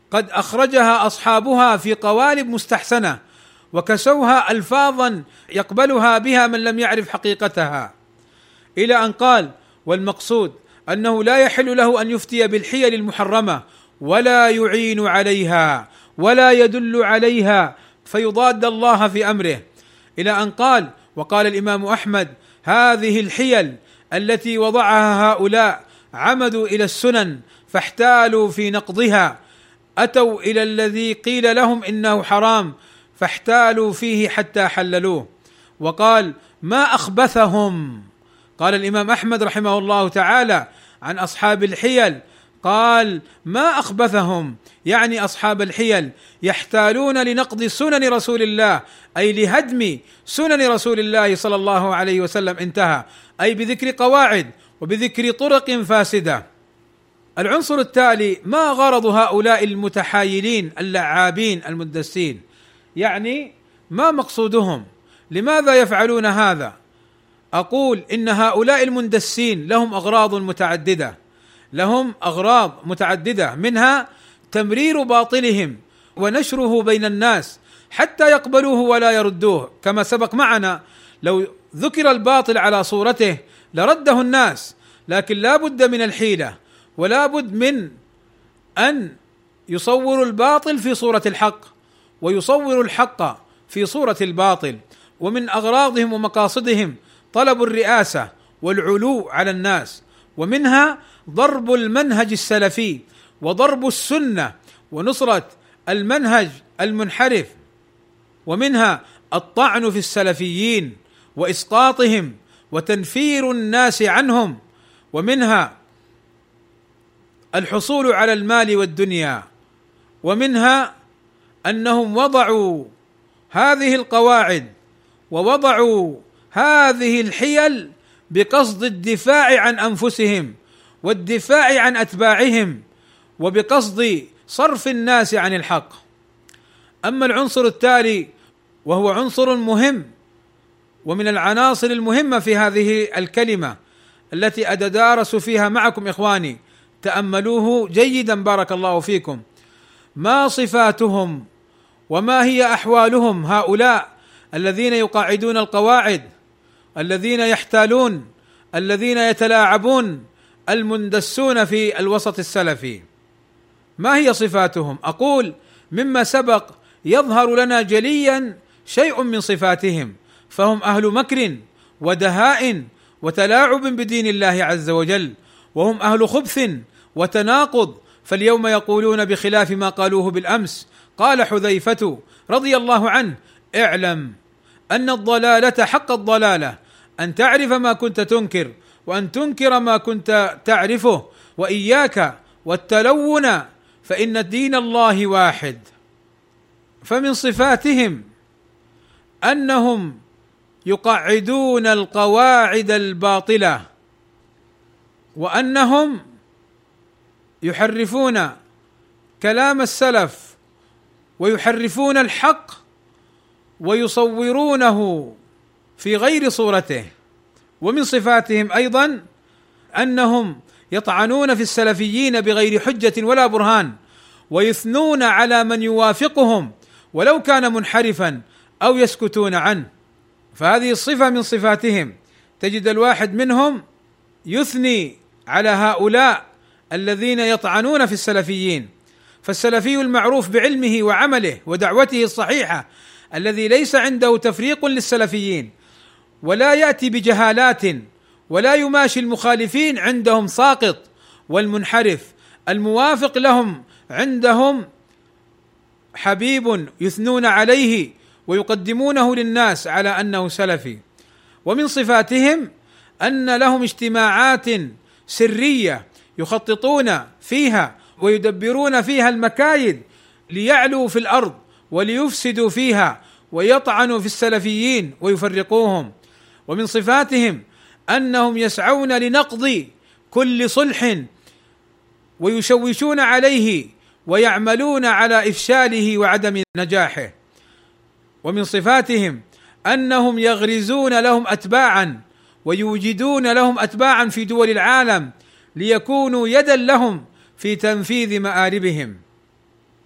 Speaker 1: قد أخرجها أصحابها في قوالب مستحسنة، وكسوها ألفاظا يقبلها بها من لم يعرف حقيقتها، إلى أن قال: والمقصود أنه لا يحل له أن يفتي بالحيل المحرمة ولا يعين عليها ولا يدل عليها فيضاد الله في أمره، إلى أن قال: وقال الإمام أحمد: هذه الحيل التي وضعها هؤلاء عمدوا إلى السنن فاحتالوا في نقضها، أتوا إلى الذي قيل لهم إنه حرام فاحتالوا فيه حتى حللوه. وقال: ما أخبثهم. قال الإمام أحمد رحمه الله تعالى عن أصحاب الحيل، قال: ما أخبثهم، يعني أصحاب الحيل يحتالون لنقض سنن رسول الله، أي لهدم سنن رسول الله صلى الله عليه وسلم، انتهى، أي بذكر قواعد وبذكر طرق فاسدة. العنصر التالي: ما غرض هؤلاء المتحايلين اللعابين المدسين؟ يعني ما مقصودهم؟ لماذا يفعلون هذا؟ أقول إن هؤلاء المندسين لهم أغراض متعددة، لهم أغراض متعددة، منها تمرير باطلهم ونشره بين الناس حتى يقبلوه ولا يردوه، كما سبق معنا لو ذكر الباطل على صورته لرده الناس، لكن لا بد من الحيلة ولا بد من أن يصوروا الباطل في صورة الحق ويصوروا الحق في صورة الباطل. ومن أغراضهم ومقاصدهم طلب الرئاسة والعلو على الناس، ومنها ضرب المنهج السلفي وضرب السنة ونصرة المنهج المنحرف، ومنها الطعن في السلفيين وإسقاطهم وتنفير الناس عنهم، ومنها الحصول على المال والدنيا، ومنها أنهم وضعوا هذه القواعد ووضعوا هذه الحيل بقصد الدفاع عن أنفسهم والدفاع عن أتباعهم وبقصد صرف الناس عن الحق. أما العنصر التالي وهو عنصر مهم ومن العناصر المهمة في هذه الكلمة التي أتدارس فيها معكم إخواني، تأملوه جيدا بارك الله فيكم: ما صفاتهم وما هي أحوالهم هؤلاء الذين يقاعدون القواعد، الذين يحتالون، الذين يتلاعبون، المندسون في الوسط السلفي. ما هي صفاتهم؟ أقول مما سبق يظهر لنا جليا شيء من صفاتهم، فهم أهل مكر ودهاء وتلاعب بدين الله عز وجل، وهم أهل خبث وتناقض، فاليوم يقولون بخلاف ما قالوه بالأمس. قال حذيفة رضي الله عنه: اعلم أن الضلالة حق الضلالة أن تعرف ما كنت تنكر وأن تنكر ما كنت تعرفه، وإياك والتلون فإن دين الله واحد. فمن صفاتهم أنهم يقعدون القواعد الباطلة، وأنهم يحرفون كلام السلف ويحرفون الحق ويصورونه في غير صورته. ومن صفاتهم أيضا أنهم يطعنون في السلفيين بغير حجة ولا برهان، ويثنون على من يوافقهم ولو كان منحرفا أو يسكتون عنه. فهذه الصفة من صفاتهم، تجد الواحد منهم يثني على هؤلاء الذين يطعنون في السلفيين. فالسلفي المعروف بعلمه وعمله ودعوته الصحيحة الذي ليس عنده تفريق للسلفيين ولا يأتي بجهالات ولا يماشي المخالفين عندهم ساقط، والمنحرف الموافق لهم عندهم حبيب يثنون عليه ويقدمونه للناس على أنه سلفي. ومن صفاتهم أن لهم اجتماعات سرية يخططون فيها ويدبرون فيها المكايد ليعلوا في الأرض وليفسدوا فيها ويطعنوا في السلفيين ويفرقوهم. ومن صفاتهم أنهم يسعون لنقض كل صلح ويشوشون عليه ويعملون على إفشاله وعدم نجاحه. ومن صفاتهم أنهم يغرزون لهم أتباعا ويوجدون لهم أتباعا في دول العالم ليكونوا يدا لهم في تنفيذ مآربهم.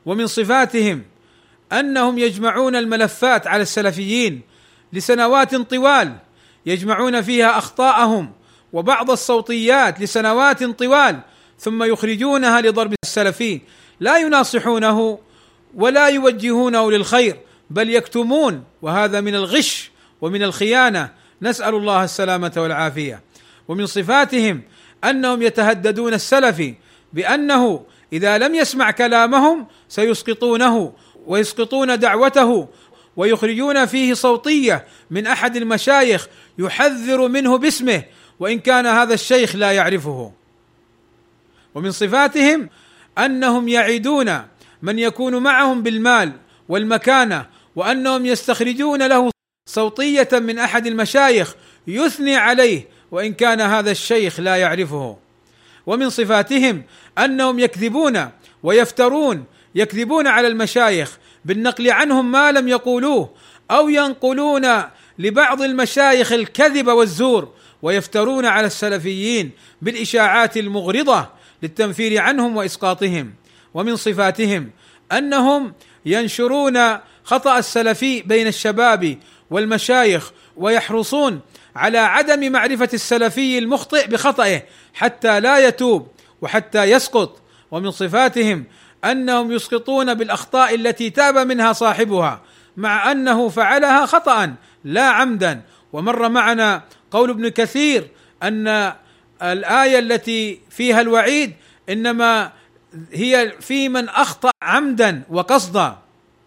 Speaker 1: ومن صفاتهم أنهم يجمعون الملفات على السلفيين لسنوات طوال، يجمعون فيها أخطاءهم وبعض الصوتيات لسنوات طوال، ثم يخرجونها لضرب السلفي، لا يناصحونه ولا يوجهونه للخير، بل يكتمون، وهذا من الغش ومن الخيانة، نسأل الله السلامة والعافية. ومن صفاتهم أنهم يتهددون السلفي بأنه إذا لم يسمع كلامهم سيسقطونه ويسقطون دعوته، ويخرجون فيه صوتية من أحد المشايخ يحذر منه باسمه وإن كان هذا الشيخ لا يعرفه. ومن صفاتهم أنهم يعدون من يكون معهم بالمال والمكانة، وأنهم يستخرجون له صوتية من أحد المشايخ يثني عليه وإن كان هذا الشيخ لا يعرفه. ومن صفاتهم أنهم يكذبون ويفترون، يكذبون على المشايخ بالنقل عنهم ما لم يقولوه، أو ينقلون لبعض المشايخ الكذب والزور، ويفترون على السلفيين بالإشاعات المغرضة للتنفير عنهم وإسقاطهم. ومن صفاتهم أنهم ينشرون خطأ السلفي بين الشباب والمشايخ، ويحرصون على عدم معرفة السلفي المخطئ بخطئه حتى لا يتوب وحتى يسقط. ومن صفاتهم أنهم يسقطون بالأخطاء التي تاب منها صاحبها مع أنه فعلها خطأ لا عمدا. ومر معنا قول ابن كثير أن الآية التي فيها الوعيد إنما هي في من أخطأ عمدا وقصدا.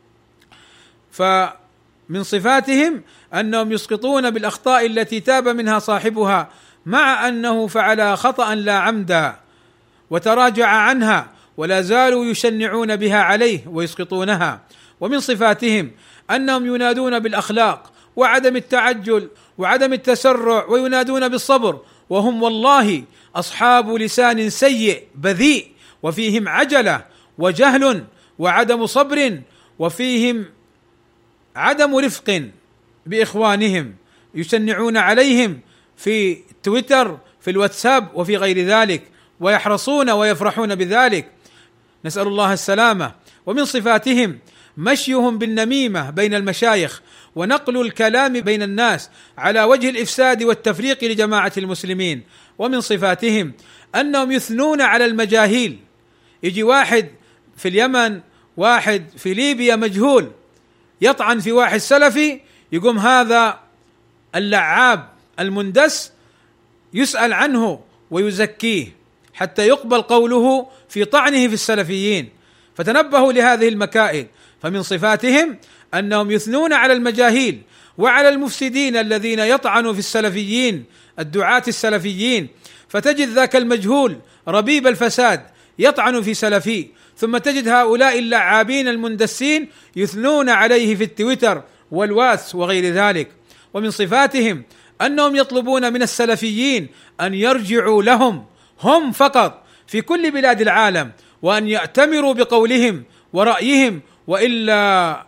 Speaker 1: فمن صفاتهم أنهم يسقطون بالأخطاء التي تاب منها صاحبها مع أنه فعلها خطأ لا عمدا، وتراجع عنها ولا زالوا يشنعون بها عليه ويسقطونها. ومن صفاتهم أنهم ينادون بالأخلاق وعدم التعجل وعدم التسرع، وينادون بالصبر، وهم والله أصحاب لسان سيء بذيء، وفيهم عجلة وجهل وعدم صبر، وفيهم عدم رفق بإخوانهم، يشنعون عليهم في تويتر في الواتساب وفي غير ذلك، ويحرصون ويفرحون بذلك، نسأل الله السلامة. ومن صفاتهم مشيهم بالنميمة بين المشايخ ونقل الكلام بين الناس على وجه الإفساد والتفريق لجماعة المسلمين. ومن صفاتهم أنهم يثنون على المجاهيل، يجي واحد في اليمن، واحد في ليبيا مجهول، يطعن في واحد سلفي، يقوم هذا اللعاب المندس يسأل عنه ويزكيه حتى يقبل قوله في طعنه في السلفيين. فتنبهوا لهذه المكائد. فمن صفاتهم أنهم يثنون على المجاهيل وعلى المفسدين الذين يطعنوا في السلفيين الدعاة السلفيين، فتجد ذاك المجهول ربيب الفساد يطعن في سلفي، ثم تجد هؤلاء اللعابين المندسين يثنون عليه في التويتر والواتس وغير ذلك. ومن صفاتهم أنهم يطلبون من السلفيين أن يرجعوا لهم هم فقط في كل بلاد العالم، وأن يأتمروا بقولهم ورأيهم، وإلا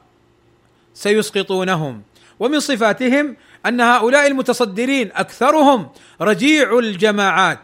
Speaker 1: سيسقطونهم. ومن صفاتهم أن هؤلاء المتصدرين أكثرهم رجيع الجماعات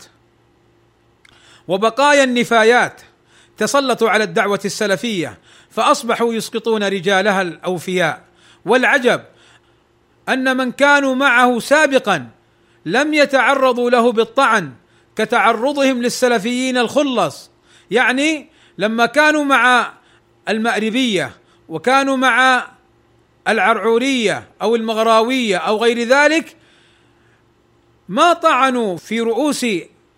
Speaker 1: وبقايا النفايات تسلطوا على الدعوة السلفية، فأصبحوا يسقطون رجالها الأوفياء. والعجب أن من كانوا معه سابقا لم يتعرضوا له بالطعن كتعرضهم للسلفيين الخلص. يعني لما كانوا مع المأربية وكانوا مع العرعورية أو المغراوية أو غير ذلك، ما طعنوا في رؤوس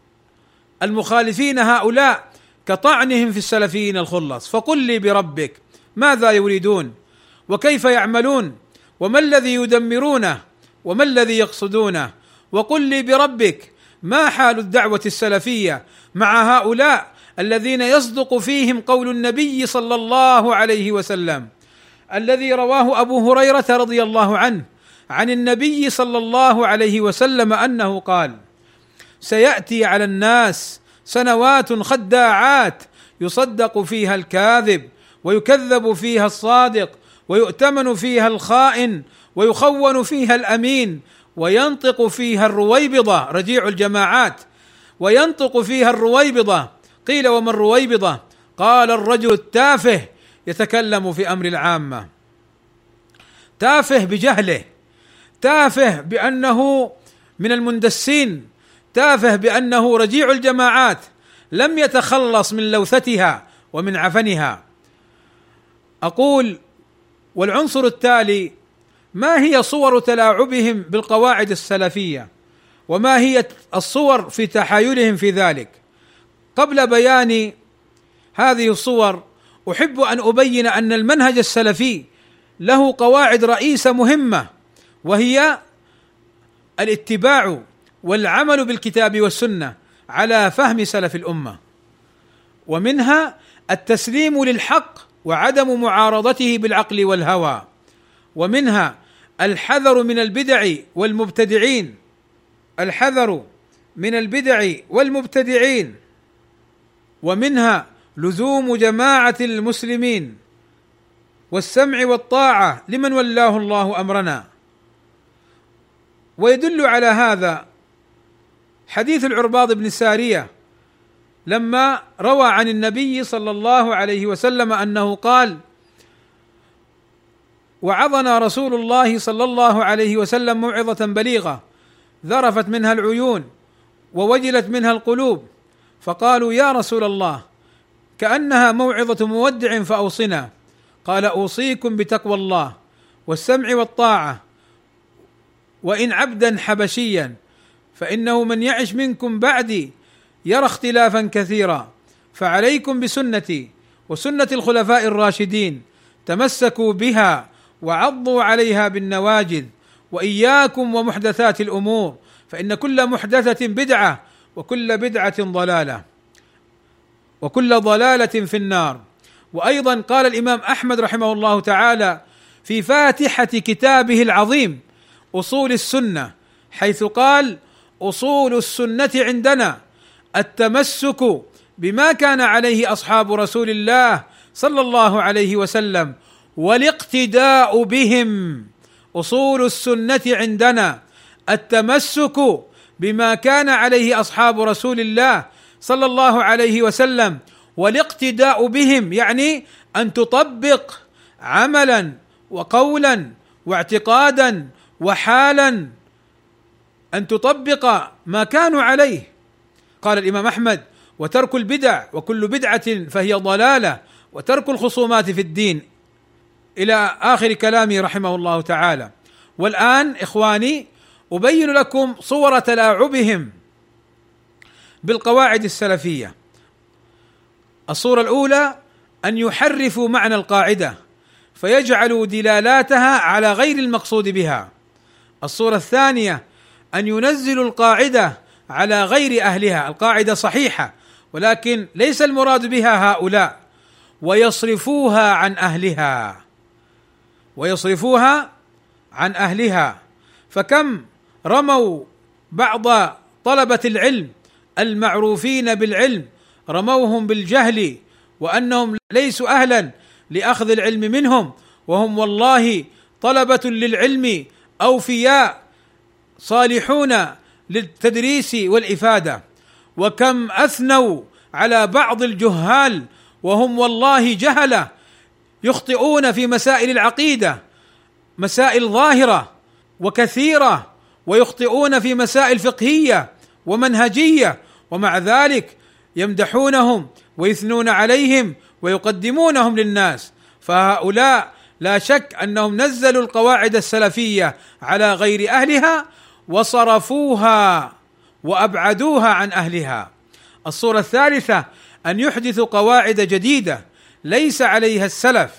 Speaker 1: المخالفين هؤلاء كطعنهم في السلفيين الخلص. فقل لي بربك ماذا يريدون وكيف يعملون وما الذي يدمرونه وما الذي يقصدونه؟ وقل لي بربك ما حال الدعوة السلفية مع هؤلاء الذين يصدق فيهم قول النبي صلى الله عليه وسلم الذي رواه أبو هريرة رضي الله عنه عن النبي صلى الله عليه وسلم أنه قال: سيأتي على الناس سنوات خداعات يصدق فيها الكاذب ويكذب فيها الصادق ويؤتمن فيها الخائن ويخون فيها الأمين وينطق فيها الرويبضة، رجيع الجماعات، وينطق فيها الرويبضة. قيل وما الرويبضة؟ قال الرجل التافه يتكلم في امر العامه، تافه بجهله، تافه بانه من المندسين، تافه بانه رجيع الجماعات، لم يتخلص من لوثتها ومن عفنها. اقول: والعنصر التالي: ما هي صور تلاعبهم بالقواعد السلفيه؟ وما هي الصور في تحايلهم في ذلك؟ قبل بيان هذه الصور احب ان ابين ان المنهج السلفي له قواعد رئيسه مهمه، وهي الاتباع والعمل بالكتاب والسنه على فهم سلف الامه، ومنها التسليم للحق وعدم معارضته بالعقل والهوى، ومنها الحذر من البدع والمبتدعين، الحذر من البدع والمبتدعين، ومنها لزوم جماعة المسلمين والسمع والطاعة لمن ولاه الله أمرنا. ويدل على هذا حديث العرباض بن سارية لما روى عن النبي صلى الله عليه وسلم أنه قال: وعظنا رسول الله صلى الله عليه وسلم موعظة بليغة ذرفت منها العيون ووجلت منها القلوب، فقالوا: يا رسول الله، كأنها موعظة مودع فأوصنا. قال: أوصيكم بتقوى الله والسمع والطاعة، وإن عبدا حبشيا، فإنه من يعش منكم بعدي يرى اختلافا كثيرا، فعليكم بسنتي وسنة الخلفاء الراشدين، تمسكوا بها وعضوا عليها بالنواجذ، وإياكم ومحدثات الأمور، فإن كل محدثة بدعة وكل بدعة ضلالة وكل ضلالة في النار. وأيضا قال الإمام أحمد رحمه الله تعالى في فاتحة كتابه العظيم أصول السنة، حيث قال: أصول السنة عندنا التمسك بما كان عليه أصحاب رسول الله صلى الله عليه وسلم والاقتداء بهم. أصول السنة عندنا التمسك بما كان عليه أصحاب رسول الله صلى الله عليه وسلم والاقتداء بهم، يعني أن تطبق عملا وقولا واعتقادا وحالا، أن تطبق ما كانوا عليه. قال الإمام أحمد: وترك البدع وكل بدعة فهي ضلالة، وترك الخصومات في الدين، إلى آخر كلامه رحمه الله تعالى. والآن إخواني أبين لكم صور تلاعبهم بالقواعد السلفية. الصورة الأولى: أن يحرفوا معنى القاعدة فيجعلوا دلالاتها على غير المقصود بها. الصورة الثانية: أن ينزلوا القاعدة على غير أهلها، القاعدة صحيحة ولكن ليس المراد بها هؤلاء، ويصرفوها عن أهلها ويصرفوها عن أهلها. فكم رموا بعض طلبة العلم المعروفين بالعلم، رموهم بالجهل وأنهم ليسوا أهلا لأخذ العلم منهم، وهم والله طلبة للعلم أوفياء صالحون للتدريس والإفادة. وكم أثنوا على بعض الجهال وهم والله جهلة، يخطئون في مسائل العقيدة، مسائل ظاهرة وكثيرة، ويخطئون في مسائل فقهية ومنهجية، ومع ذلك يمدحونهم ويثنون عليهم ويقدمونهم للناس. فهؤلاء لا شك أنهم نزلوا القواعد السلفية على غير أهلها وصرفوها وأبعدوها عن أهلها. الصورة الثالثة: أن يحدثوا قواعد جديدة ليس عليها السلف،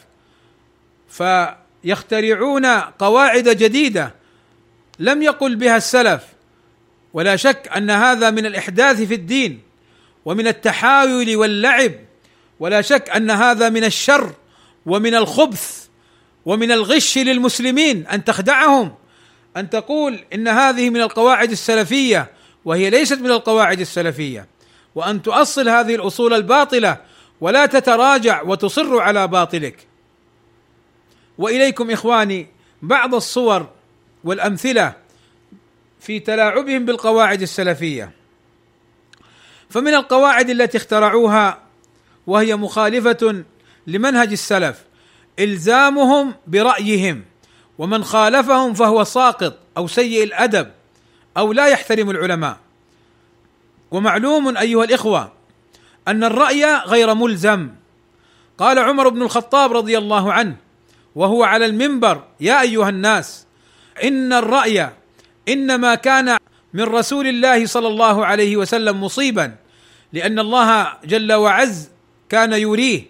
Speaker 1: فيخترعون قواعد جديدة لم يقل بها السلف، ولا شك أن هذا من الإحداث في الدين ومن التحايل واللعب، ولا شك أن هذا من الشر ومن الخبث ومن الغش للمسلمين، أن تخدعهم، أن تقول إن هذه من القواعد السلفية وهي ليست من القواعد السلفية، وأن تؤصل هذه الأصول الباطلة ولا تتراجع وتصر على باطلك. وإليكم إخواني بعض الصور والأمثلة في تلاعبهم بالقواعد السلفية. فمن القواعد التي اخترعوها وهي مخالفة لمنهج السلف إلزامهم برأيهم، ومن خالفهم فهو ساقط أو سيء الأدب أو لا يحترم العلماء. ومعلوم أيها الإخوة أن الرأي غير ملزم. قال عمر بن الخطاب رضي الله عنه وهو على المنبر: يا أيها الناس، إن الرأي إنما كان من رسول الله صلى الله عليه وسلم مصيبا، لأن الله جل وعز كان يريه،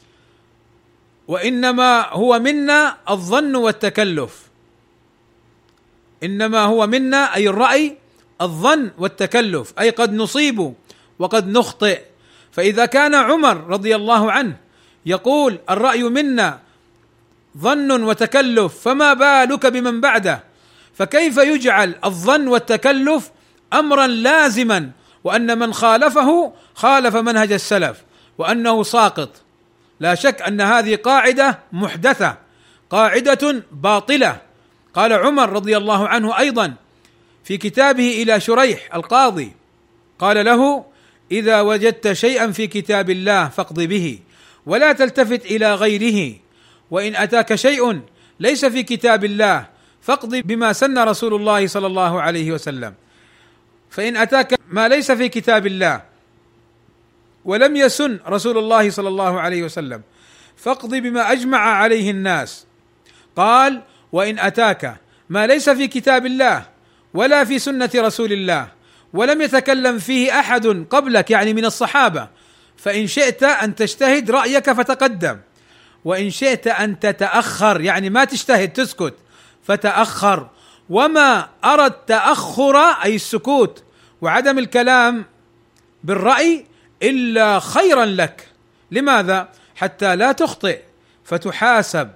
Speaker 1: وإنما هو منا الظن والتكلف. إنما هو منا أي الرأي الظن والتكلف، أي قد نصيب وقد نخطئ. فإذا كان عمر رضي الله عنه يقول الرأي منا ظن وتكلف، فما بالك بمن بعده؟ فكيف يجعل الظن والتكلف أمرا لازما، وأن من خالفه خالف منهج السلف وأنه ساقط؟ لا شك أن هذه قاعدة محدثة، قاعدة باطلة. قال عمر رضي الله عنه أيضا في كتابه إلى شريح القاضي، قال له: إذا وجدت شيئا في كتاب الله فاقض به ولا تلتفت إلى غيره، وإن أتاك شيء ليس في كتاب الله فاقض بما سن رسول الله صلى الله عليه وسلم. فإن أتاك ما ليس في كتاب الله ولم يسن رسول الله صلى الله عليه وسلم فاقض بما أجمع عليه الناس. قال: وإن أتاك ما ليس في كتاب الله ولا في سنة رسول الله ولم يتكلم فيه أحد قبلك، يعني من الصحابة، فإن شئت أن تجتهد رأيك فتقدم، وإن شئت أن تتأخر، يعني ما تجتهد تسكت، فتأخر. وما أرى التأخر أي السكوت وعدم الكلام بالرأي إلا خيرا لك. لماذا؟ حتى لا تخطئ فتحاسب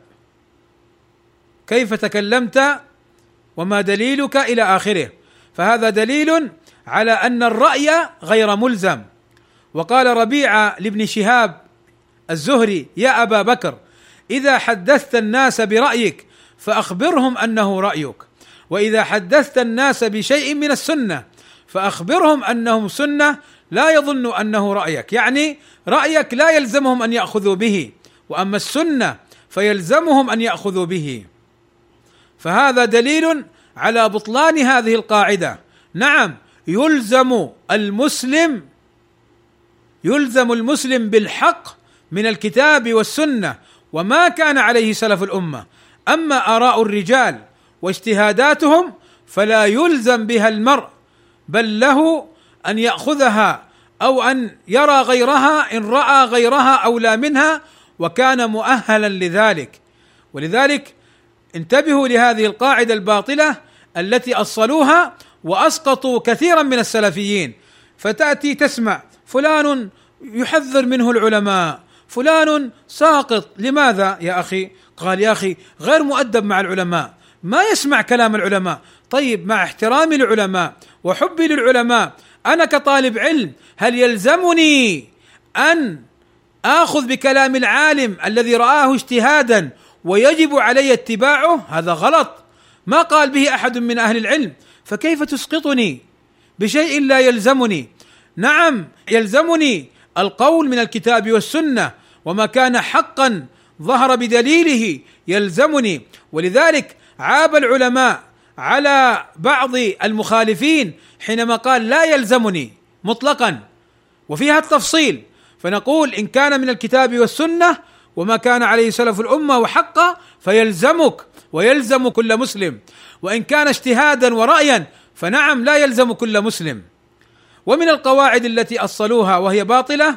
Speaker 1: كيف تكلمت وما دليلك إلى آخره. فهذا دليل على أن الرأي غير ملزم. وقال ربيعة لابن شهاب الزهري: يا أبا بكر، إذا حدثت الناس برأيك فأخبرهم أنه رأيك، وإذا حدثت الناس بشيء من السنة فأخبرهم أنهم سنة لا يظن أنه رأيك، يعني رأيك لا يلزمهم أن يأخذوا به، وأما السنة فيلزمهم أن يأخذوا به. فهذا دليل على بطلان هذه القاعدة. نعم، يلزم المسلم يلزم المسلم بالحق من الكتاب والسنة وما كان عليه سلف الأمة. أما آراء الرجال واجتهاداتهم فلا يلزم بها المرء، بل له أن يأخذها أو أن يرى غيرها إن رأى غيرها أولى منها وكان مؤهلا لذلك. ولذلك انتبهوا لهذه القاعدة الباطلة التي أصلوها وأسقطوا كثيرا من السلفيين. فتأتي تسمع فلان يحذر منه العلماء، فلان ساقط. لماذا يا أخي؟ قال: يا أخي غير مؤدب مع العلماء، ما يسمع كلام العلماء. طيب، مع احترامي للعلماء وحبي للعلماء، أنا كطالب علم هل يلزمني أن آخذ بكلام العالم الذي رآه اجتهادا ويجب علي اتباعه؟ هذا غلط، ما قال به أحد من أهل العلم. فكيف تسقطني بشيء لا يلزمني؟ نعم، يلزمني القول من الكتاب والسنة، وما كان حقا ظهر بدليله يلزمني. ولذلك عاب العلماء على بعض المخالفين حينما قال لا يلزمني مطلقا، وفيها التفصيل. فنقول إن كان من الكتاب والسنة وما كان عليه سلف الأمة وحقا فيلزمك ويلزم كل مسلم، وإن كان اجتهادا ورأيا فنعم لا يلزم كل مسلم. ومن القواعد التي أصلوها وهي باطلة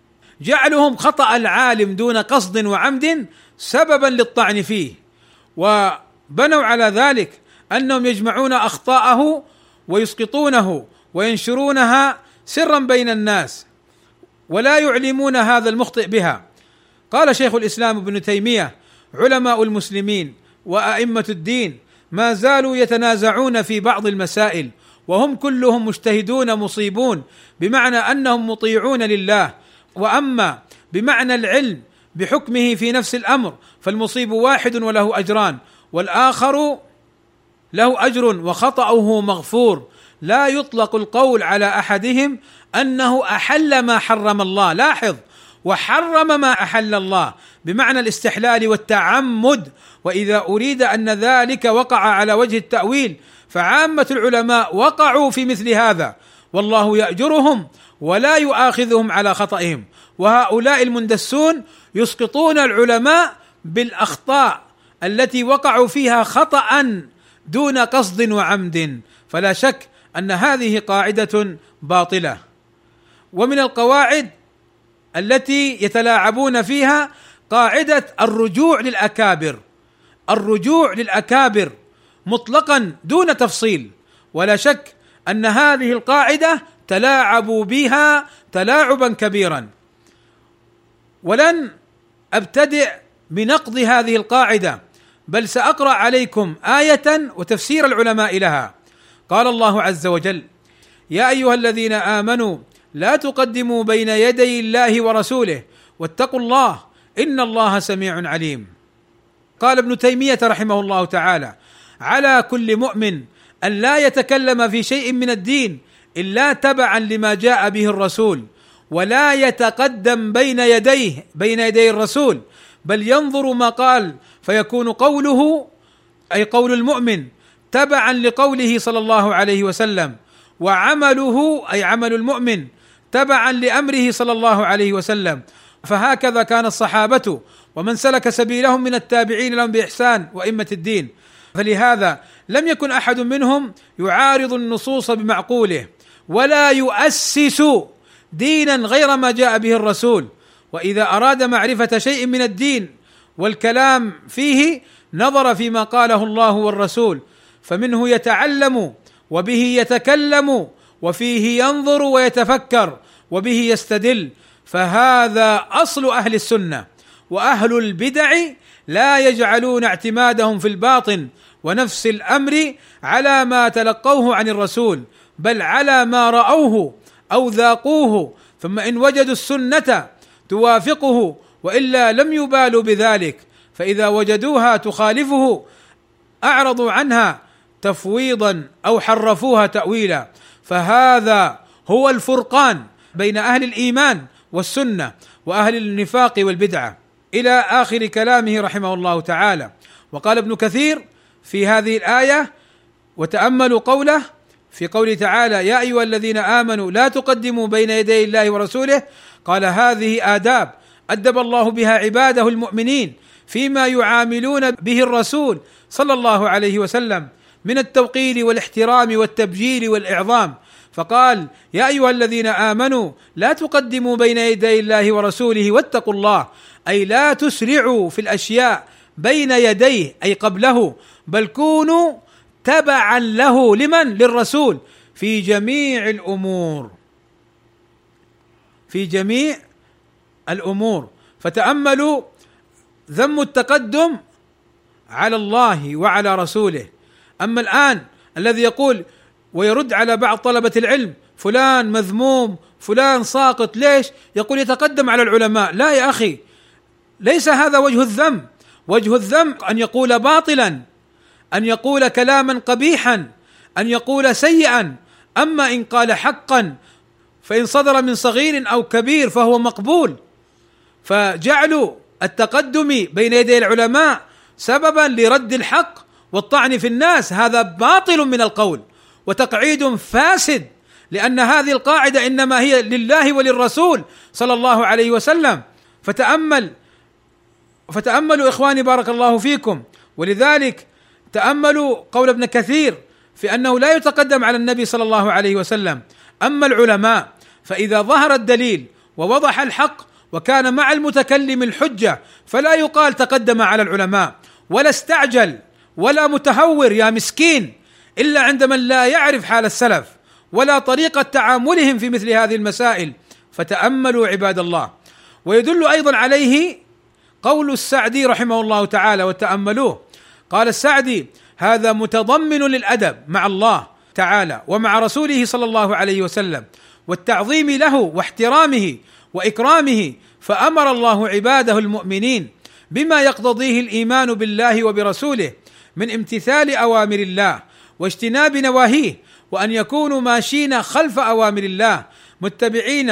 Speaker 1: جعلهم خطأ العالم دون قصد وعمد سببا للطعن فيه، وبنوا على ذلك أنهم يجمعون أخطاءه ويسقطونه وينشرونها سرا بين الناس ولا يعلمون هذا المخطئ بها. قال شيخ الإسلام ابن تيمية: علماء المسلمين وأئمة الدين ما زالوا يتنازعون في بعض المسائل وهم كلهم مجتهدون مصيبون، بمعنى أنهم مطيعون لله. وأما بمعنى العلم بحكمه في نفس الأمر فالمصيب واحد وله أجران، والآخر له أجر وخطأه مغفور. لا يطلق القول على أحدهم أنه أحل ما حرم الله. لاحظ، وحرم ما أحل الله بمعنى الاستحلال والتعمد. وإذا أريد أن ذلك وقع على وجه التأويل فعامة العلماء وقعوا في مثل هذا، والله يأجرهم ولا يؤاخذهم على خطئهم. وهؤلاء المندسون يسقطون العلماء بالأخطاء التي وقعوا فيها خطأ دون قصد وعمد، فلا شك أن هذه قاعدة باطلة. ومن القواعد التي يتلاعبون فيها قاعدة الرجوع للأكابر، الرجوع للأكابر مطلقا دون تفصيل، ولا شك أن هذه القاعدة تلاعبوا بها تلاعبا كبيرا. ولن أبتدئ بنقض هذه القاعدة، بل سأقرأ عليكم آية وتفسير العلماء لها. قال الله عز وجل: يا أيها الذين آمنوا لا تقدموا بين يدي الله ورسوله واتقوا الله إن الله سميع عليم. قال ابن تيمية رحمه الله تعالى: على كل مؤمن أن لا يتكلم في شيء من الدين إلا تبعا لما جاء به الرسول، ولا يتقدم بين يديه بين يدي الرسول، بل ينظر ما قال فيكون قوله أي قول المؤمن تبعا لقوله صلى الله عليه وسلم، وعمله أي عمل المؤمن تبعا لأمره صلى الله عليه وسلم. فهكذا كان الصحابة ومن سلك سبيلهم من التابعين لهم بإحسان وأئمة الدين. فلهذا لم يكن أحد منهم يعارض النصوص بمعقوله ولا يؤسس دينا غير ما جاء به الرسول. وإذا أراد معرفة شيء من الدين والكلام فيه نظر فيما قاله الله والرسول، فمنه يتعلم وبه يتكلم وفيه ينظر ويتفكر وبه يستدل. فهذا أصل أهل السنة. وأهل البدع لا يجعلون اعتمادهم في الباطن ونفس الأمر على ما تلقوه عن الرسول، بل على ما رأوه أو ذاقوه، ثم إن وجدوا السنة توافقه وإلا لم يبالوا بذلك، فإذا وجدوها تخالفه أعرضوا عنها تفويضا أو حرفوها تأويلا. فهذا هو الفرقان بين أهل الإيمان والسنة وأهل النفاق والبدعة، إلى آخر كلامه رحمه الله تعالى. وقال ابن كثير في هذه الآية: وتأملوا قوله في قوله تعالى: يا أيها الذين آمنوا لا تقدموا بين يدي الله ورسوله، قال: هذه آداب أدب الله بها عباده المؤمنين فيما يعاملون به الرسول صلى الله عليه وسلم من التوقير والاحترام والتبجيل والإعظام. فقال: يا أيها الذين آمنوا لا تقدموا بين يدي الله ورسوله واتقوا الله، أي لا تسرعوا في الأشياء بين يديه أي قبله، بل كونوا تبعا له. لمن؟ للرسول في جميع الأمور، في جميع الأمور. فتأملوا ذم التقدم على الله وعلى رسوله. أما الآن الذي يقول ويرد على بعض طلبة العلم: فلان مذموم، فلان ساقط، ليش؟ يقول يتقدم على العلماء. لا يا أخي، ليس هذا وجه الذم. وجه الذم أن يقول باطلا، أن يقول كلاما قبيحا، أن يقول سيئا. أما إن قال حقا فإن صدر من صغير أو كبير فهو مقبول. فجعلوا التقدم بين يدي العلماء سببا لرد الحق والطعن في الناس، هذا باطل من القول وتقعيد فاسد، لأن هذه القاعدة إنما هي لله وللرسول صلى الله عليه وسلم. فتأمل فتأملوا إخواني بارك الله فيكم. ولذلك تأملوا قول ابن كثير في أنه لا يتقدم على النبي صلى الله عليه وسلم. أما العلماء فإذا ظهر الدليل ووضح الحق وكان مع المتكلم الحجة فلا يقال تقدم على العلماء، ولا استعجل ولا متهور يا مسكين، إلا عند من لا يعرف حال السلف ولا طريقة تعاملهم في مثل هذه المسائل. فتأملوا عباد الله. ويدل أيضا عليه قول السعدي رحمه الله تعالى: وتأملوه. قال السعدي: هذا متضمن للأدب مع الله تعالى ومع رسوله صلى الله عليه وسلم والتعظيم له واحترامه وإكرامه. فأمر الله عباده المؤمنين بما يقتضيه الإيمان بالله وبرسوله من امتثال أوامر الله واجتناب نواهيه، وأن يكونوا ماشين خلف أوامر الله متبعين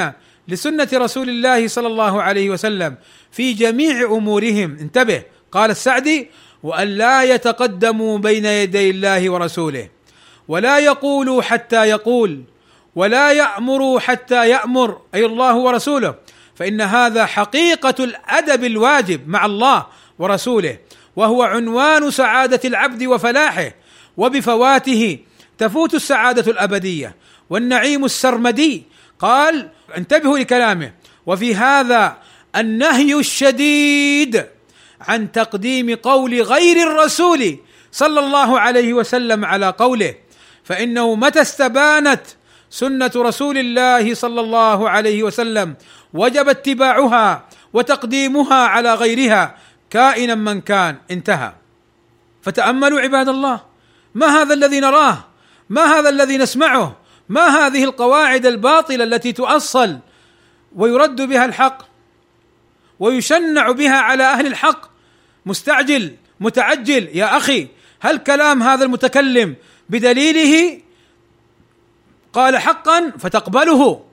Speaker 1: لسنة رسول الله صلى الله عليه وسلم في جميع أمورهم. انتبه، قال السعدي: وأن لا يتقدموا بين يدي الله ورسوله، ولا يقولوا حتى يقول، ولا يأمروا حتى يأمر، أي الله ورسوله، فإن هذا حقيقة الأدب الواجب مع الله ورسوله، وهو عنوان سعادة العبد وفلاحه، وبفواته تفوت السعادة الأبدية والنعيم السرمدي. قال: انتبهوا لكلامه: وفي هذا النهي الشديد عن تقديم قول غير الرسول صلى الله عليه وسلم على قوله، فإنه متى استبانت سنة رسول الله صلى الله عليه وسلم وجب اتباعها وتقديمها على غيرها كائنا من كان. انتهى. فتأملوا عباد الله، ما هذا الذي نراه؟ ما هذا الذي نسمعه؟ ما هذه القواعد الباطلة التي تؤصل ويرد بها الحق ويشنع بها على أهل الحق؟ مستعجل متعجل. يا أخي، هل كلام هذا المتكلم بدليله قال حقا فتقبله؟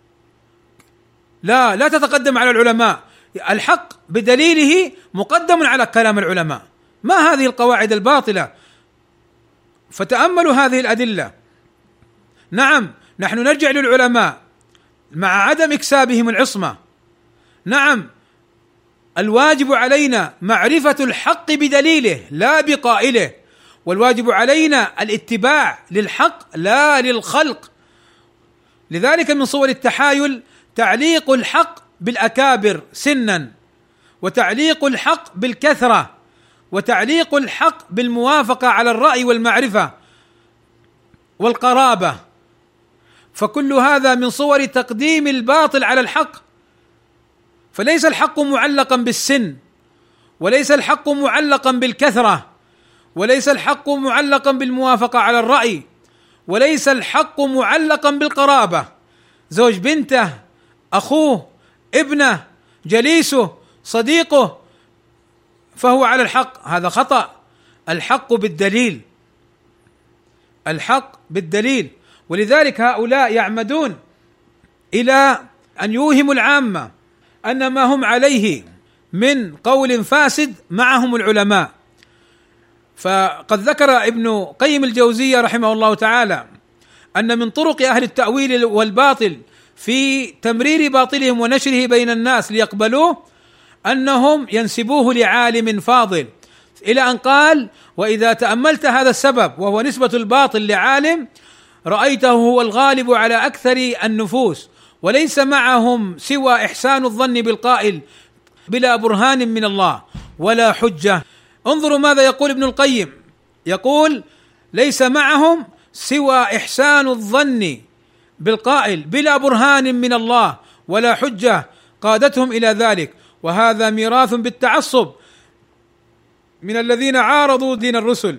Speaker 1: لا لا تتقدم على العلماء، الحق بدليله مقدم على كلام العلماء. ما هذه القواعد الباطلة؟ فتأملوا هذه الأدلة. نعم، نحن نرجع للعلماء مع عدم إكسابهم العصمة. نعم، الواجب علينا معرفة الحق بدليله لا بقائله، والواجب علينا الاتباع للحق لا للخلق. لذلك من صور التحايل تعليق الحق بالأكابر سنا، وتعليق الحق بالكثرة، وتعليق الحق بالموافقة على الرأي والمعرفة والقرابة، فكل هذا من صور تقديم الباطل على الحق. فليس الحق معلقا بالسن، وليس الحق معلقا بالكثرة، وليس الحق معلقا بالموافقة على الرأي، وليس الحق معلقا بالقرابة، زوج بنته، أخوه، ابنه، جليسه، صديقه، فهو على الحق. هذا خطأ. الحق بالدليل، الحق بالدليل. ولذلك هؤلاء يعمدون إلى أن يوهموا العامة أن ما هم عليه من قول فاسد معهم العلماء. فقد ذكر ابن قيم الجوزية رحمه الله تعالى أن من طرق أهل التأويل والباطل في تمرير باطلهم ونشره بين الناس ليقبلوه أنهم ينسبوه لعالم فاضل، إلى أن قال: وإذا تأملت هذا السبب وهو نسبة الباطل لعالم رأيته هو الغالب على أكثر النفوس، وليس معهم سوى إحسان الظن بالقائل بلا برهان من الله ولا حجة. انظروا ماذا يقول ابن القيم، يقول: ليس معهم سوى إحسان الظن بالقائل بلا برهان من الله ولا حجة قادتهم إلى ذلك، وهذا ميراث بالتعصب من الذين عارضوا دين الرسل،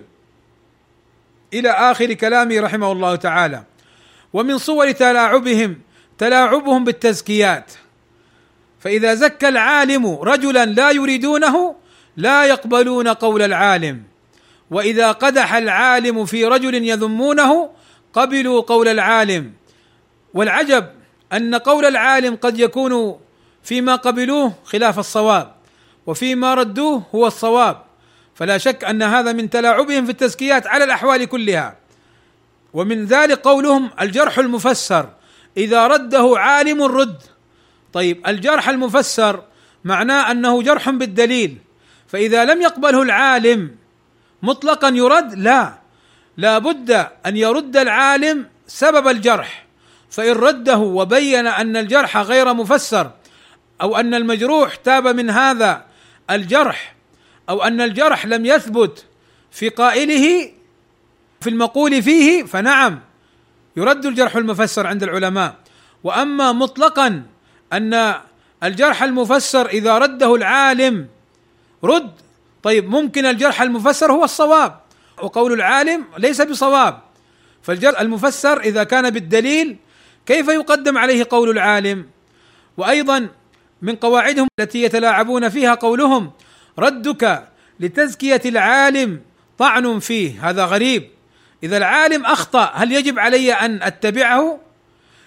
Speaker 1: إلى آخر كلامه رحمه الله تعالى. ومن صور تلاعبهم تلاعبهم بالتزكيات، فإذا زكى العالم رجلا لا يريدونه لا يقبلون قول العالم، وإذا قدح العالم في رجل يذمونه قبلوا قول العالم. والعجب أن قول العالم قد يكون فيما قبلوه خلاف الصواب، وفيما ردوه هو الصواب. فلا شك أن هذا من تلاعبهم في التزكيات على الأحوال كلها. ومن ذلك قولهم الجرح المفسر، إذا رده عالم رد. طيب، الجرح المفسر معناه أنه جرح بالدليل، فإذا لم يقبله العالم مطلقا يرد؟ لا، لا بد أن يرد العالم سبب الجرح، فإن رده وبين أن الجرح غير مفسر، أو أن المجروح تاب من هذا الجرح، أو أن الجرح لم يثبت في قائله في المقول فيه، فنعم يرد الجرح المفسر عند العلماء. وأما مطلقا أن الجرح المفسر إذا رده العالم رد، طيب ممكن الجرح المفسر هو الصواب وقول العالم ليس بصواب، فالجرح المفسر إذا كان بالدليل كيف يقدم عليه قول العالم؟ وأيضا من قواعدهم التي يتلاعبون فيها قولهم ردك لتزكية العالم طعن فيه. هذا غريب. إذا العالم أخطأ هل يجب علي أن أتبعه؟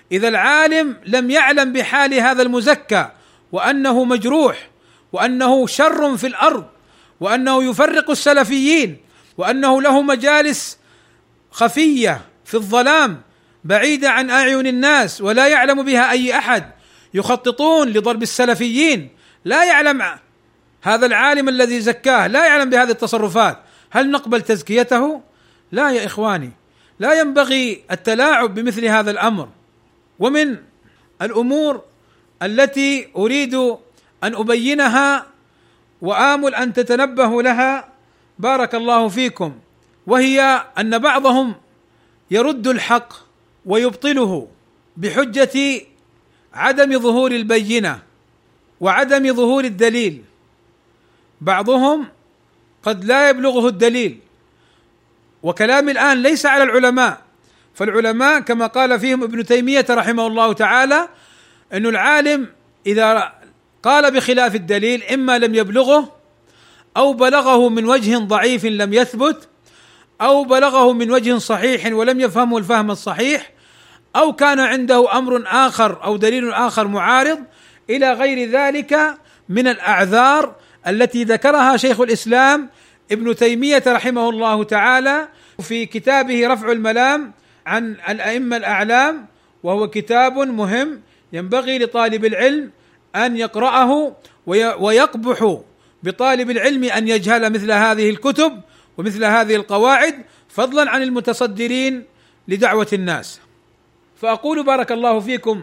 Speaker 1: إذا العالم لم يعلم بحال هذا المزكى وأنه مجروح وأنه شر في الأرض وأنه يفرق السلفيين وأنه له مجالس خفية في الظلام بعيدة عن أعين الناس ولا يعلم بها أي أحد، يخططون لضرب السلفيين، لا يعلم هذا العالم الذي زكاه، لا يعلم بهذه التصرفات، هل نقبل تزكيته؟ لا يا إخواني، لا ينبغي التلاعب بمثل هذا الأمر. ومن الأمور التي أريد أن أبينها وآمل أن تتنبهوا لها بارك الله فيكم، وهي أن بعضهم يرد الحق ويبطله بحجة عدم ظهور البينة وعدم ظهور الدليل. بعضهم قد لا يبلغه الدليل، وكلام الآن ليس على العلماء، فالعلماء كما قال فيهم ابن تيمية رحمه الله تعالى أن العالم إذا قال بخلاف الدليل إما لم يبلغه أو بلغه من وجه ضعيف لم يثبت أو بلغه من وجه صحيح ولم يفهمه الفهم الصحيح أو كان عنده أمر آخر أو دليل آخر معارض إلى غير ذلك من الأعذار التي ذكرها شيخ الإسلام ابن تيمية رحمه الله تعالى في كتابه رفع الملام عن الأئمة الأعلام، وهو كتاب مهم ينبغي لطالب العلم أن يقرأه، ويقبح بطالب العلم أن يجهل مثل هذه الكتب ومثل هذه القواعد فضلا عن المتصدرين لدعوة الناس. فأقول بارك الله فيكم،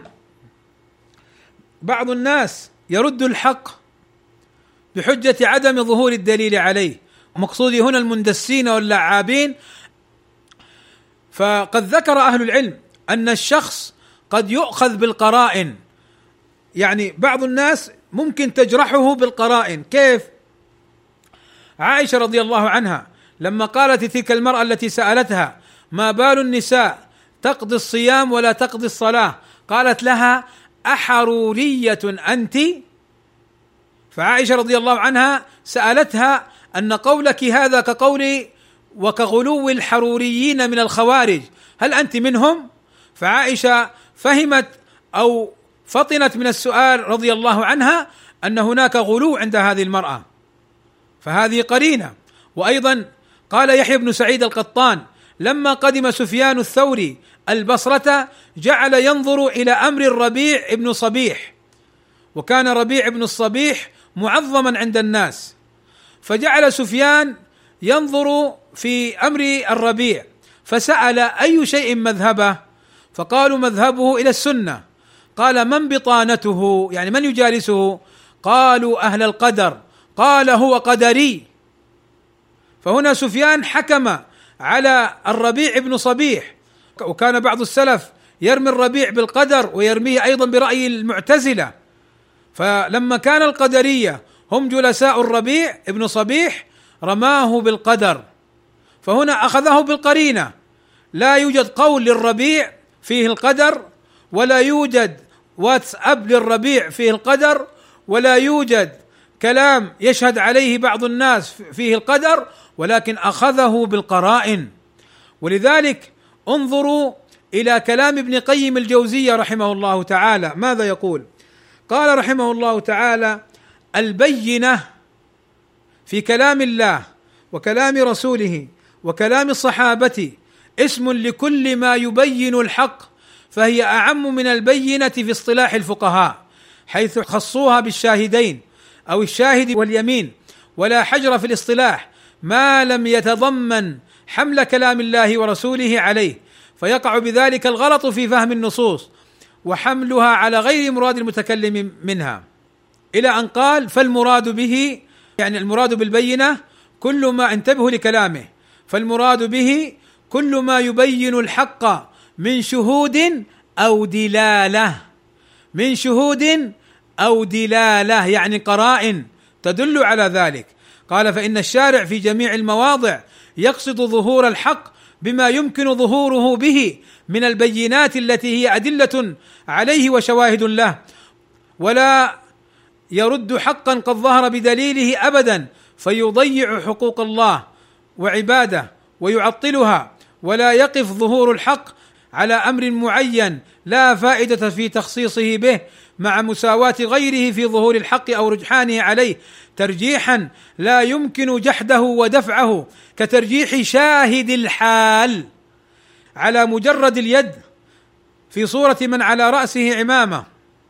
Speaker 1: بعض الناس يرد الحق بحجة عدم ظهور الدليل عليه، مقصودي هنا المندسين واللعابين. فقد ذكر أهل العلم أن الشخص قد يؤخذ بالقرائن، يعني بعض الناس ممكن تجرحه بالقرائن. كيف؟ عائشة رضي الله عنها لما قالت تلك المرأة التي سألتها ما بال النساء تقضي الصيام ولا تقضي الصلاة، قالت لها أحرورية أنت؟ فعائشة رضي الله عنها سألتها أن قولك هذا كقول وكغلو الحروريين من الخوارج، هل أنت منهم؟ فعائشة فهمت أو فطنت من السؤال رضي الله عنها أن هناك غلو عند هذه المرأة، فهذه قرينة. وأيضا قال يحيى بن سعيد القطان لما قدم سفيان الثوري البصرة جعل ينظر إلى أمر الربيع بن صبيح، وكان ربيع بن الصبيح معظما عند الناس، فجعل سفيان ينظر في أمر الربيع فسأل أي شيء مذهبه؟ فقالوا مذهبه إلى السنة. قال من بطانته؟ يعني من يجالسه؟ قالوا أهل القدر. قال هو قدري. فهنا سفيان حكم على الربيع بن صبيح، وكان بعض السلف يرمي الربيع بالقدر ويرميه أيضا برأي المعتزلة، فلما كان القدرية هم جلساء الربيع بن صبيح رماه بالقدر، فهنا أخذه بالقرينة، لا يوجد قول للربيع فيه القدر، ولا يوجد واتساب للربيع فيه القدر، ولا يوجد كلام يشهد عليه بعض الناس فيه القدر، ولكن أخذه بالقرائن. ولذلك انظروا إلى كلام ابن قيم الجوزية رحمه الله تعالى ماذا يقول؟ قال رحمه الله تعالى البينة في كلام الله وكلام رسوله وكلام الصحابة اسم لكل ما يبين الحق، فهي أعم من البينة في اصطلاح الفقهاء، حيث خصوها بالشاهدين أو الشاهد واليمين، ولا حجر في الاصطلاح ما لم يتضمن حمل كلام الله ورسوله عليه، فيقع بذلك الغلط في فهم النصوص وحملها على غير مراد المتكلم منها، إلى أن قال فالمراد به، يعني المراد بالبينة كل ما، انتبهوا لكلامه، فالمراد به كل ما يبين الحق من شهود أو دلالة، من شهود أو دلالة يعني قرائن تدل على ذلك. قال فإن الشارع في جميع المواضع يقصد ظهور الحق بما يمكن ظهوره به من البينات التي هي أدلة عليه وشواهد له، ولا يرد حقا قد ظهر بدليله أبدا فيضيع حقوق الله وعباده ويعطلها، ولا يقف ظهور الحق على امر معين لا فائده في تخصيصه به، مع مساواة غيره في ظهور الحق او رجحانه عليه ترجيحا لا يمكن جحده ودفعه، كترجيح شاهد الحال على مجرد اليد في صورة من على رأسه عمامة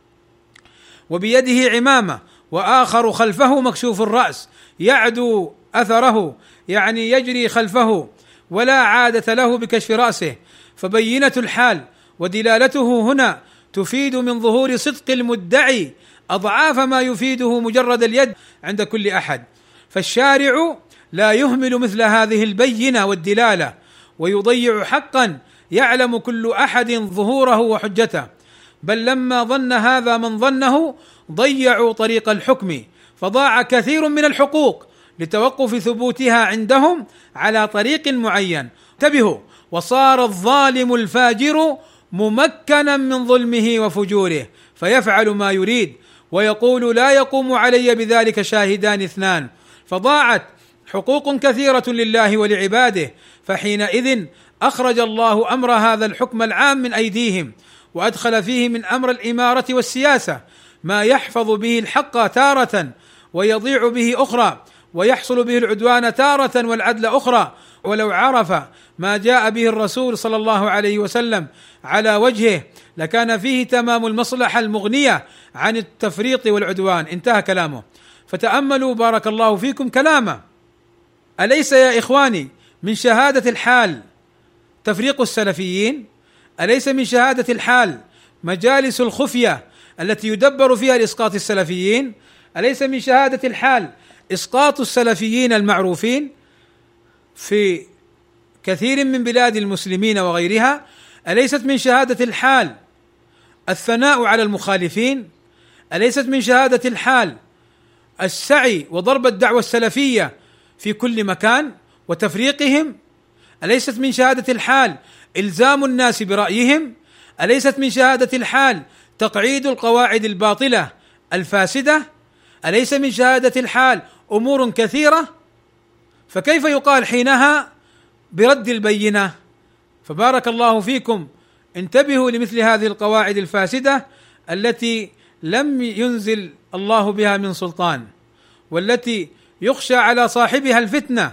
Speaker 1: وبيده عمامة وآخر خلفه مكشوف الرأس يعدو أثره، يعني يجري خلفه ولا عادة له بكشف رأسه، فبينة الحال ودلالته هنا تفيد من ظهور صدق المدعي أضعاف ما يفيده مجرد اليد عند كل أحد، فالشارع لا يهمل مثل هذه البينة والدلالة ويضيع حقا يعلم كل أحد ظهوره وحجته، بل لما ظن هذا من ظنه ضيعوا طريق الحكم، فضاع كثير من الحقوق لتوقف ثبوتها عندهم على طريق معين. انتبهوا، وصار الظالم الفاجر ممكنا من ظلمه وفجوره فيفعل ما يريد ويقول لا يقوم علي بذلك شاهدان اثنان، فضاعت حقوق كثيرة لله ولعباده، فحينئذ أخرج الله أمر هذا الحكم العام من أيديهم، وأدخل فيه من أمر الإمارة والسياسة ما يحفظ به الحق تارة ويضيع به أخرى، ويحصل به العدوان تارة والعدل أخرى. ولو عرف ما جاء به الرسول صلى الله عليه وسلم على وجهه لكان فيه تمام المصلحة المغنية عن التفريط والعدوان. انتهى كلامه. فتأملوا بارك الله فيكم كلامه: أليس يا إخواني من شهادة الحال تفريق السلفيين؟ أليس من شهادة الحال مجالس الخفية التي يدبر فيها لإسقاط السلفيين؟ أليس من شهادة الحال إسقاط السلفيين المعروفين في كثير من بلاد المسلمين وغيرها؟ أليست من شهادة الحال الثناء على المخالفين؟ أليست من شهادة الحال السعي وضرب الدعوة السلفية في كل مكان وتفريقهم؟ أليست من شهادة الحال إلزام الناس برأيهم؟ أليست من شهادة الحال تقعيد القواعد الباطلة الفاسدة؟ أليس من شهادة الحال أمور كثيرة؟ فكيف يقال حينها برد البينة؟ فبارك الله فيكم، انتبهوا لمثل هذه القواعد الفاسدة التي لم ينزل الله بها من سلطان، والتي يخشى على صاحبها الفتنة.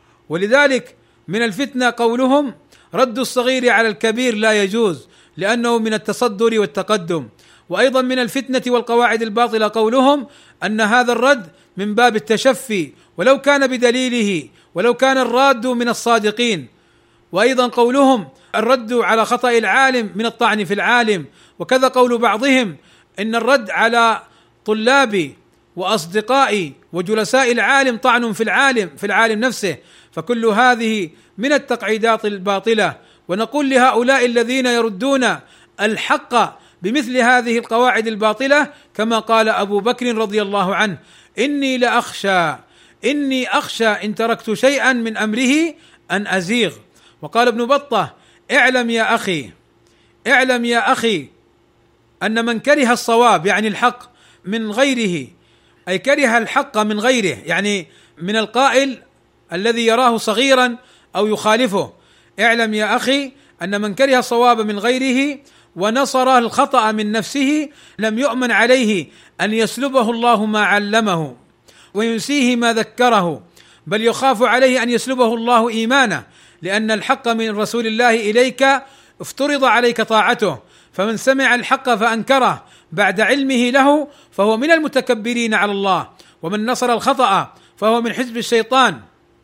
Speaker 1: ولذلك من الفتنة قولهم رد الصغير على الكبير لا يجوز لأنه من التصدر والتقدم، وأيضا من الفتنة والقواعد الباطلة قولهم أن هذا الرد من باب التشفي ولو كان بدليله ولو كان الراد من الصادقين، وأيضا قولهم الرد على خطأ العالم من الطعن في العالم، وكذا قول بعضهم إن الرد على طلابي وأصدقائي وجلساء العالم طعن في العالم في العالم نفسه. فكل هذه من التقعيدات الباطلة، ونقول لهؤلاء الذين يردون الحق بمثل هذه القواعد الباطلة كما قال أبو بكر رضي الله عنه: إني لأخشى إني أخشى إن تركت شيئا من أمره أن أزيغ. وقال ابن بطة: اعلم يا أخي اعلم يا أخي أن من كره الصواب يعني الحق من غيره، أي كره الحق من غيره يعني من القائل الذي يراه صغيرا أو يخالفه، اعلم يا أخي أن من كره الصواب من غيره ونصر الخطأ من نفسه لم يؤمن عليه أن يسلبه الله ما علمه وينسيه ما ذكره، بل يخاف عليه أن يسلبه الله إيمانه، لأن الحق من رسول الله إليك افترض عليك طاعته، فمن سمع الحق فأنكره بعد علمه له فهو من المتكبرين على الله، ومن نصر الخطأ فهو من حزب الشيطان.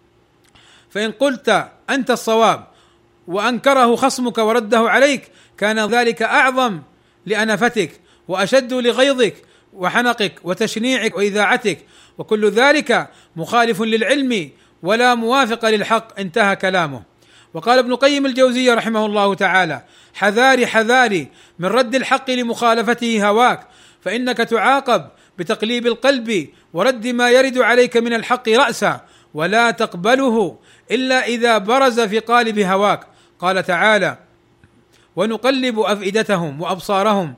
Speaker 1: فإن قلت أنت الصواب وأنكره خصمك ورده عليك كان ذلك أعظم لأنفتك وأشد لغيظك وحنقك وتشنيعك وإذاعتك، وكل ذلك مخالف للعلم ولا موافق للحق. انتهى كلامه. وقال ابن قيم الجوزية رحمه الله تعالى: حذاري حذاري من رد الحق لمخالفته هواك، فإنك تعاقب بتقليب القلب ورد ما يرد عليك من الحق رأسا، ولا تقبله إلا إذا برز في قالب هواك. قال تعالى: ونقلب أفئدتهم وأبصارهم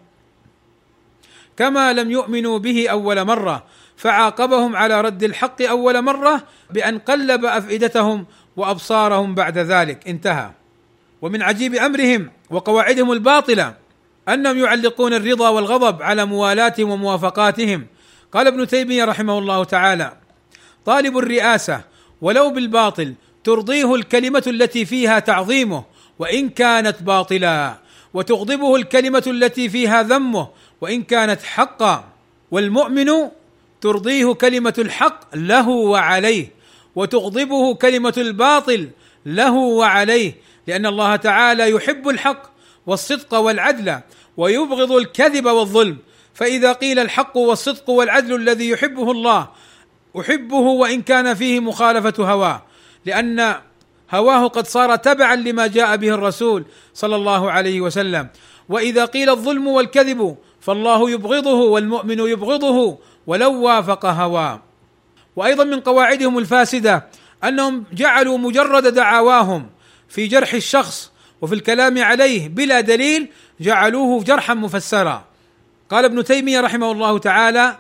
Speaker 1: كما لم يؤمنوا به أول مرة، فعاقبهم على رد الحق أول مرة بأن قلب أفئدتهم وأبصارهم بعد ذلك. انتهى. ومن عجيب امرهم وقواعدهم الباطله انهم يعلقون الرضا والغضب على موالاتهم وموافقاتهم. قال ابن تيميه رحمه الله تعالى: طالب الرئاسه ولو بالباطل ترضيه الكلمه التي فيها تعظيمه وان كانت باطلا، وتغضبه الكلمه التي فيها ذمه وان كانت حقا. والمؤمن ترضيه كلمه الحق له وعليه، وتغضبه كلمه الباطل له وعليه، لان الله تعالى يحب الحق والصدق والعدل ويبغض الكذب والظلم. فاذا قيل الحق والصدق والعدل الذي يحبه الله احبه وان كان فيه مخالفه هواه، لان هواه قد صار تبعا لما جاء به الرسول صلى الله عليه وسلم. واذا قيل الظلم والكذب فالله يبغضه والمؤمن يبغضه ولو وافق هواه. وايضا من قواعدهم الفاسده انهم جعلوا مجرد دعاواهم في جرح الشخص وفي الكلام عليه بلا دليل جعلوه جرحا مفسرا. قال ابن تيميه رحمه الله تعالى: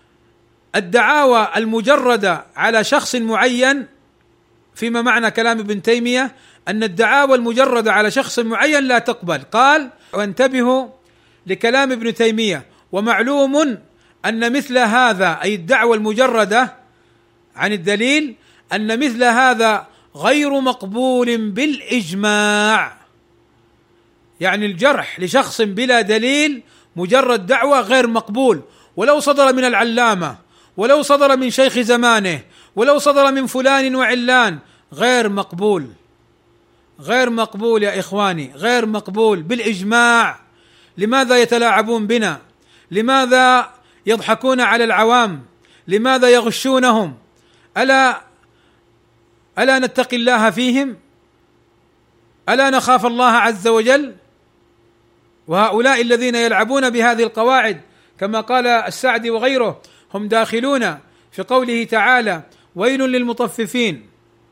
Speaker 1: الدعاوى المجرده على شخص معين، فيما معنى كلام ابن تيميه ان الدعاوى المجرده على شخص معين لا تقبل. قال: وانتبهوا لكلام ابن تيميه: ومعلوم ان مثل هذا، اي الدعوى المجرده عن الدليل، ان مثل هذا غير مقبول بالاجماع. يعني الجرح لشخص بلا دليل مجرد دعوى غير مقبول، ولو صدر من العلامه، ولو صدر من شيخ زمانه، ولو صدر من فلان وعلان، غير مقبول، غير مقبول يا اخواني، غير مقبول بالاجماع. لماذا يتلاعبون بنا؟ لماذا يضحكون على العوام؟ لماذا يغشونهم؟ الا الا نتقي الله فيهم؟ الا نخاف الله عز وجل؟ وهؤلاء الذين يلعبون بهذه القواعد كما قال السعدي وغيره هم داخلون في قوله تعالى: ويل للمطففين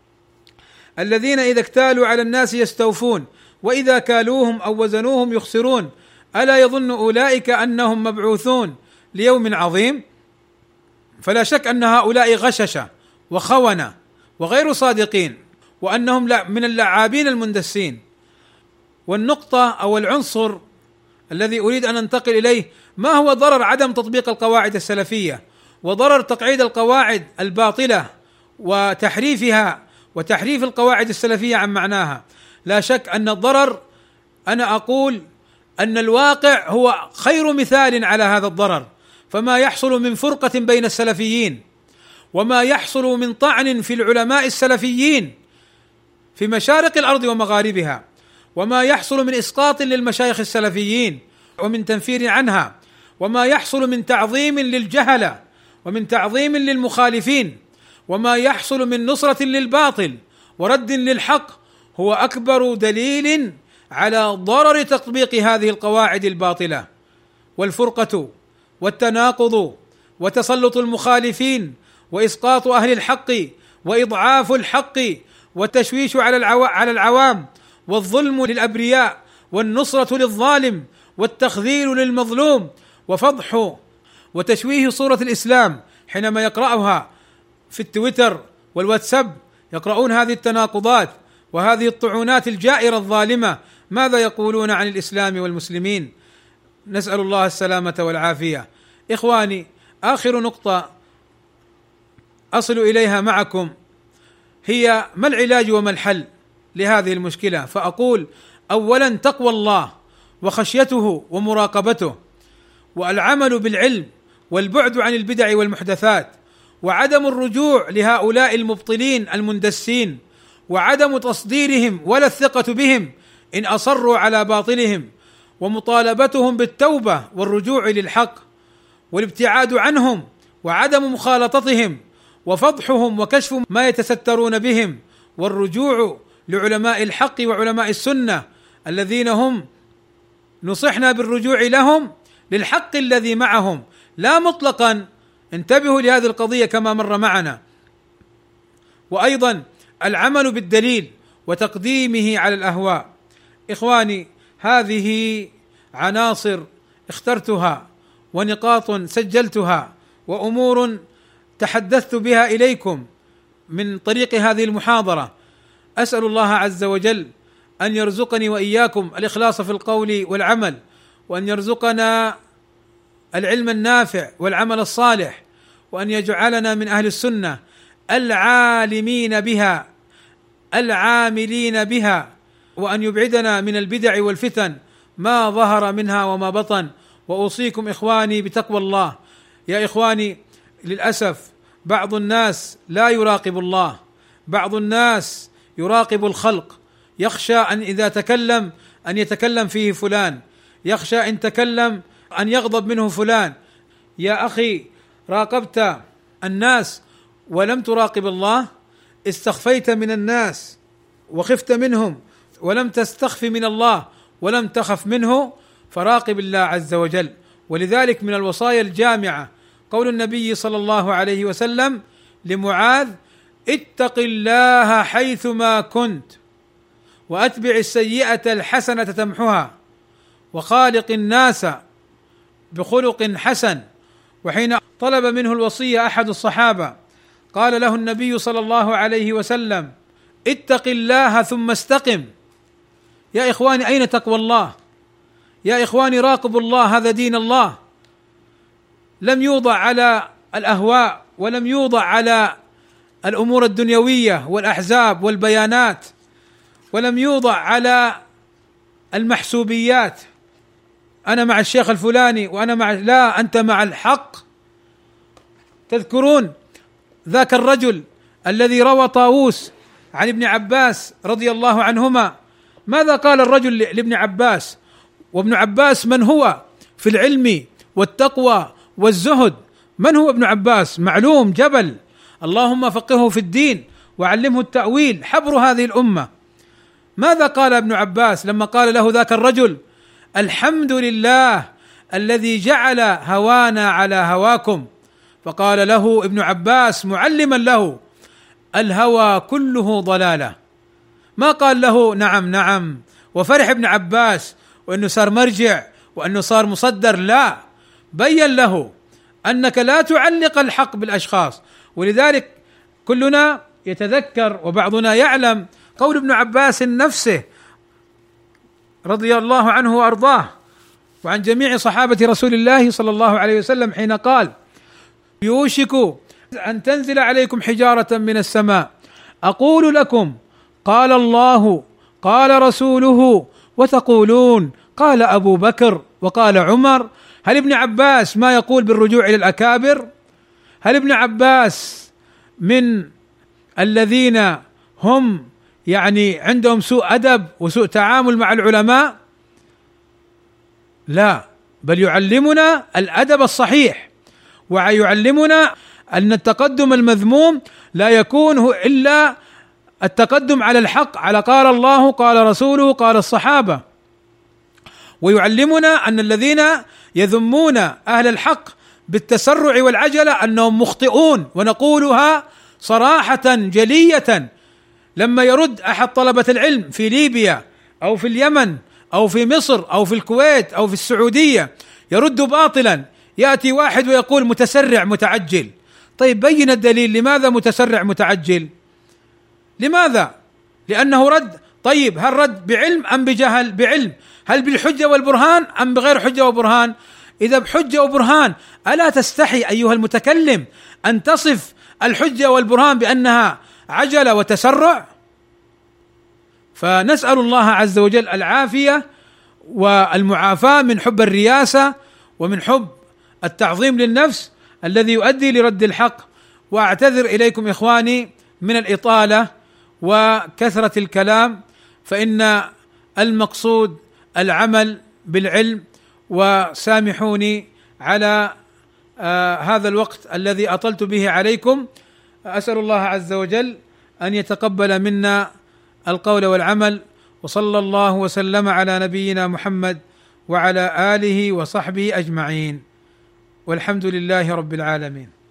Speaker 1: الذين اذا اكتالوا على الناس يستوفون واذا كالوهم او وزنوهم يخسرون الا يظن اولئك انهم مبعوثون ليوم عظيم. فلا شك ان هؤلاء غششه وخونه وغير صادقين، وانهم من اللعابين المندسين. والنقطه او العنصر الذي اريد ان انتقل اليه: ما هو ضرر عدم تطبيق القواعد السلفيه وضرر تقعيد القواعد الباطله وتحريفها وتحريف القواعد السلفيه عن معناها؟ لا شك ان الضرر، انا اقول ان الواقع هو خير مثال على هذا الضرر. فما يحصل من فرقه بين السلفيين، وما يحصل من طعن في العلماء السلفيين في مشارق الارض ومغاربها، وما يحصل من اسقاط للمشايخ السلفيين ومن تنفير عنها، وما يحصل من تعظيم للجهله ومن تعظيم للمخالفين، وما يحصل من نصره للباطل ورد للحق، هو اكبر دليل على ضرر تطبيق هذه القواعد الباطله. والفرقه والتناقض وتسلط المخالفين واسقاط اهل الحق واضعاف الحق والتشويش على العوا... على العوام والظلم للابرياء والنصره للظالم والتخذيل للمظلوم وفضح وتشويه صوره الاسلام حينما يقرأها في التويتر والواتساب، يقرؤون هذه التناقضات وهذه الطعونات الجائره الظالمه، ماذا يقولون عن الاسلام والمسلمين؟ نسأل الله السلامه والعافيه. اخواني، اخر نقطه اصل اليها معكم هي ما العلاج وما الحل لهذه المشكله. فاقول: اولا تقوى الله وخشيته ومراقبته، والعمل بالعلم، والبعد عن البدع والمحدثات، وعدم الرجوع لهؤلاء المبطلين المندسين، وعدم تصديرهم ولا الثقه بهم ان اصروا على باطلهم، ومطالبتهم بالتوبه والرجوع للحق، والابتعاد عنهم وعدم مخالطتهم، وفضحهم وكشف ما يتسترون بهم، والرجوع لعلماء الحق وعلماء السنه الذين هم نصحنا بالرجوع لهم للحق الذي معهم، لا مطلقا. انتبهوا لهذه القضيه كما مر معنا. وايضا العمل بالدليل وتقديمه على الاهواء. اخواني، هذه عناصر اخترتها ونقاط سجلتها وامور تحدثت بها اليكم من طريق هذه المحاضره. اسال الله عز وجل أن يرزقني وإياكم الإخلاص في القول والعمل، وأن يرزقنا العلم النافع والعمل الصالح، وأن يجعلنا من أهل السنة العالمين بها العاملين بها، وأن يبعدنا من البدع والفتن ما ظهر منها وما بطن. وأوصيكم إخواني بتقوى الله. يا إخواني، للأسف بعض الناس لا يراقب الله، بعض الناس يراقب الخلق، يخشى أن إذا تكلم أن يتكلم فيه فلان، يخشى إن تكلم أن يغضب منه فلان. يا أخي، راقبت الناس ولم تراقب الله، استخفيت من الناس وخفت منهم، ولم تستخف من الله ولم تخف منه، فراقب الله عز وجل. ولذلك من الوصايا الجامعة قول النبي صلى الله عليه وسلم لمعاذ: اتق الله حيثما كنت وأتبع السيئة الحسنة تمحها وخالق الناس بخلق حسن. وحين طلب منه الوصية أحد الصحابة قال له النبي صلى الله عليه وسلم: اتق الله ثم استقم. يا إخواني، أين تقوى الله؟ يا إخواني، راقبوا الله، هذا دين الله، لم يوضع على الأهواء، ولم يوضع على الأمور الدنيوية والأحزاب والبيانات، ولم يوضع على المحسوبيات. أنا مع الشيخ الفلاني وأنا مع، لا، أنت مع الحق. تذكرون ذاك الرجل الذي روى طاووس عن ابن عباس رضي الله عنهما، ماذا قال الرجل لابن عباس؟ وابن عباس من هو في العلم والتقوى والزهد؟ من هو ابن عباس؟ معلوم، جبل، اللهم فقهه في الدين وعلمه التأويل، حبر هذه الأمة. ماذا قال ابن عباس لما قال له ذاك الرجل: الحمد لله الذي جعل هوانا على هواكم؟ فقال له ابن عباس معلما له: الهوى كله ضلاله. ما قال له نعم نعم وفرح ابن عباس وانه صار مرجع وانه صار مصدر، لا، بين له انك لا تعلق الحق بالاشخاص. ولذلك كلنا يتذكر وبعضنا يعلم قول ابن عباس نفسه رضي الله عنه وارضاه وعن جميع صحابة رسول الله صلى الله عليه وسلم حين قال: يوشك أن تنزل عليكم حجارة من السماء أقول لكم قال الله قال رسوله وتقولون قال أبو بكر وقال عمر. هل ابن عباس ما يقول بالرجوع إلى الأكابر؟ هل ابن عباس من الذين هم يعني عندهم سوء أدب وسوء تعامل مع العلماء؟ لا، بل يعلمنا الأدب الصحيح، ويعلمنا أن التقدم المذموم لا يكون إلا التقدم على الحق، على قال الله قال رسوله قال الصحابة. ويعلمنا أن الذين يذمون أهل الحق بالتسرع والعجلة أنهم مخطئون، ونقولها صراحة جلية. لما يرد أحد طلبة العلم في ليبيا أو في اليمن أو في مصر أو في الكويت أو في السعودية يرد باطلا، يأتي واحد ويقول متسرع متعجل. طيب بين الدليل، لماذا متسرع متعجل؟ لماذا؟ لأنه رد. طيب هل رد بعلم أم بجهل؟ بعلم. هل بالحجة والبرهان أم بغير حجة وبرهان؟ إذا بحجة وبرهان ألا تستحي أيها المتكلم أن تصف الحجة والبرهان بأنها عجلة وتسرع؟ فنسأل الله عز وجل العافية والمعافاة من حب الرياسة ومن حب التعظيم للنفس الذي يؤدي لرد الحق. وأعتذر إليكم إخواني من الإطالة وكثرة الكلام، فإن المقصود العمل بالعلم. وسامحوني على آه هذا الوقت الذي أطلت به عليكم. أسأل الله عز وجل أن يتقبل منا القول والعمل، وصلى الله وسلم على نبينا محمد وعلى آله وصحبه أجمعين، والحمد لله رب العالمين.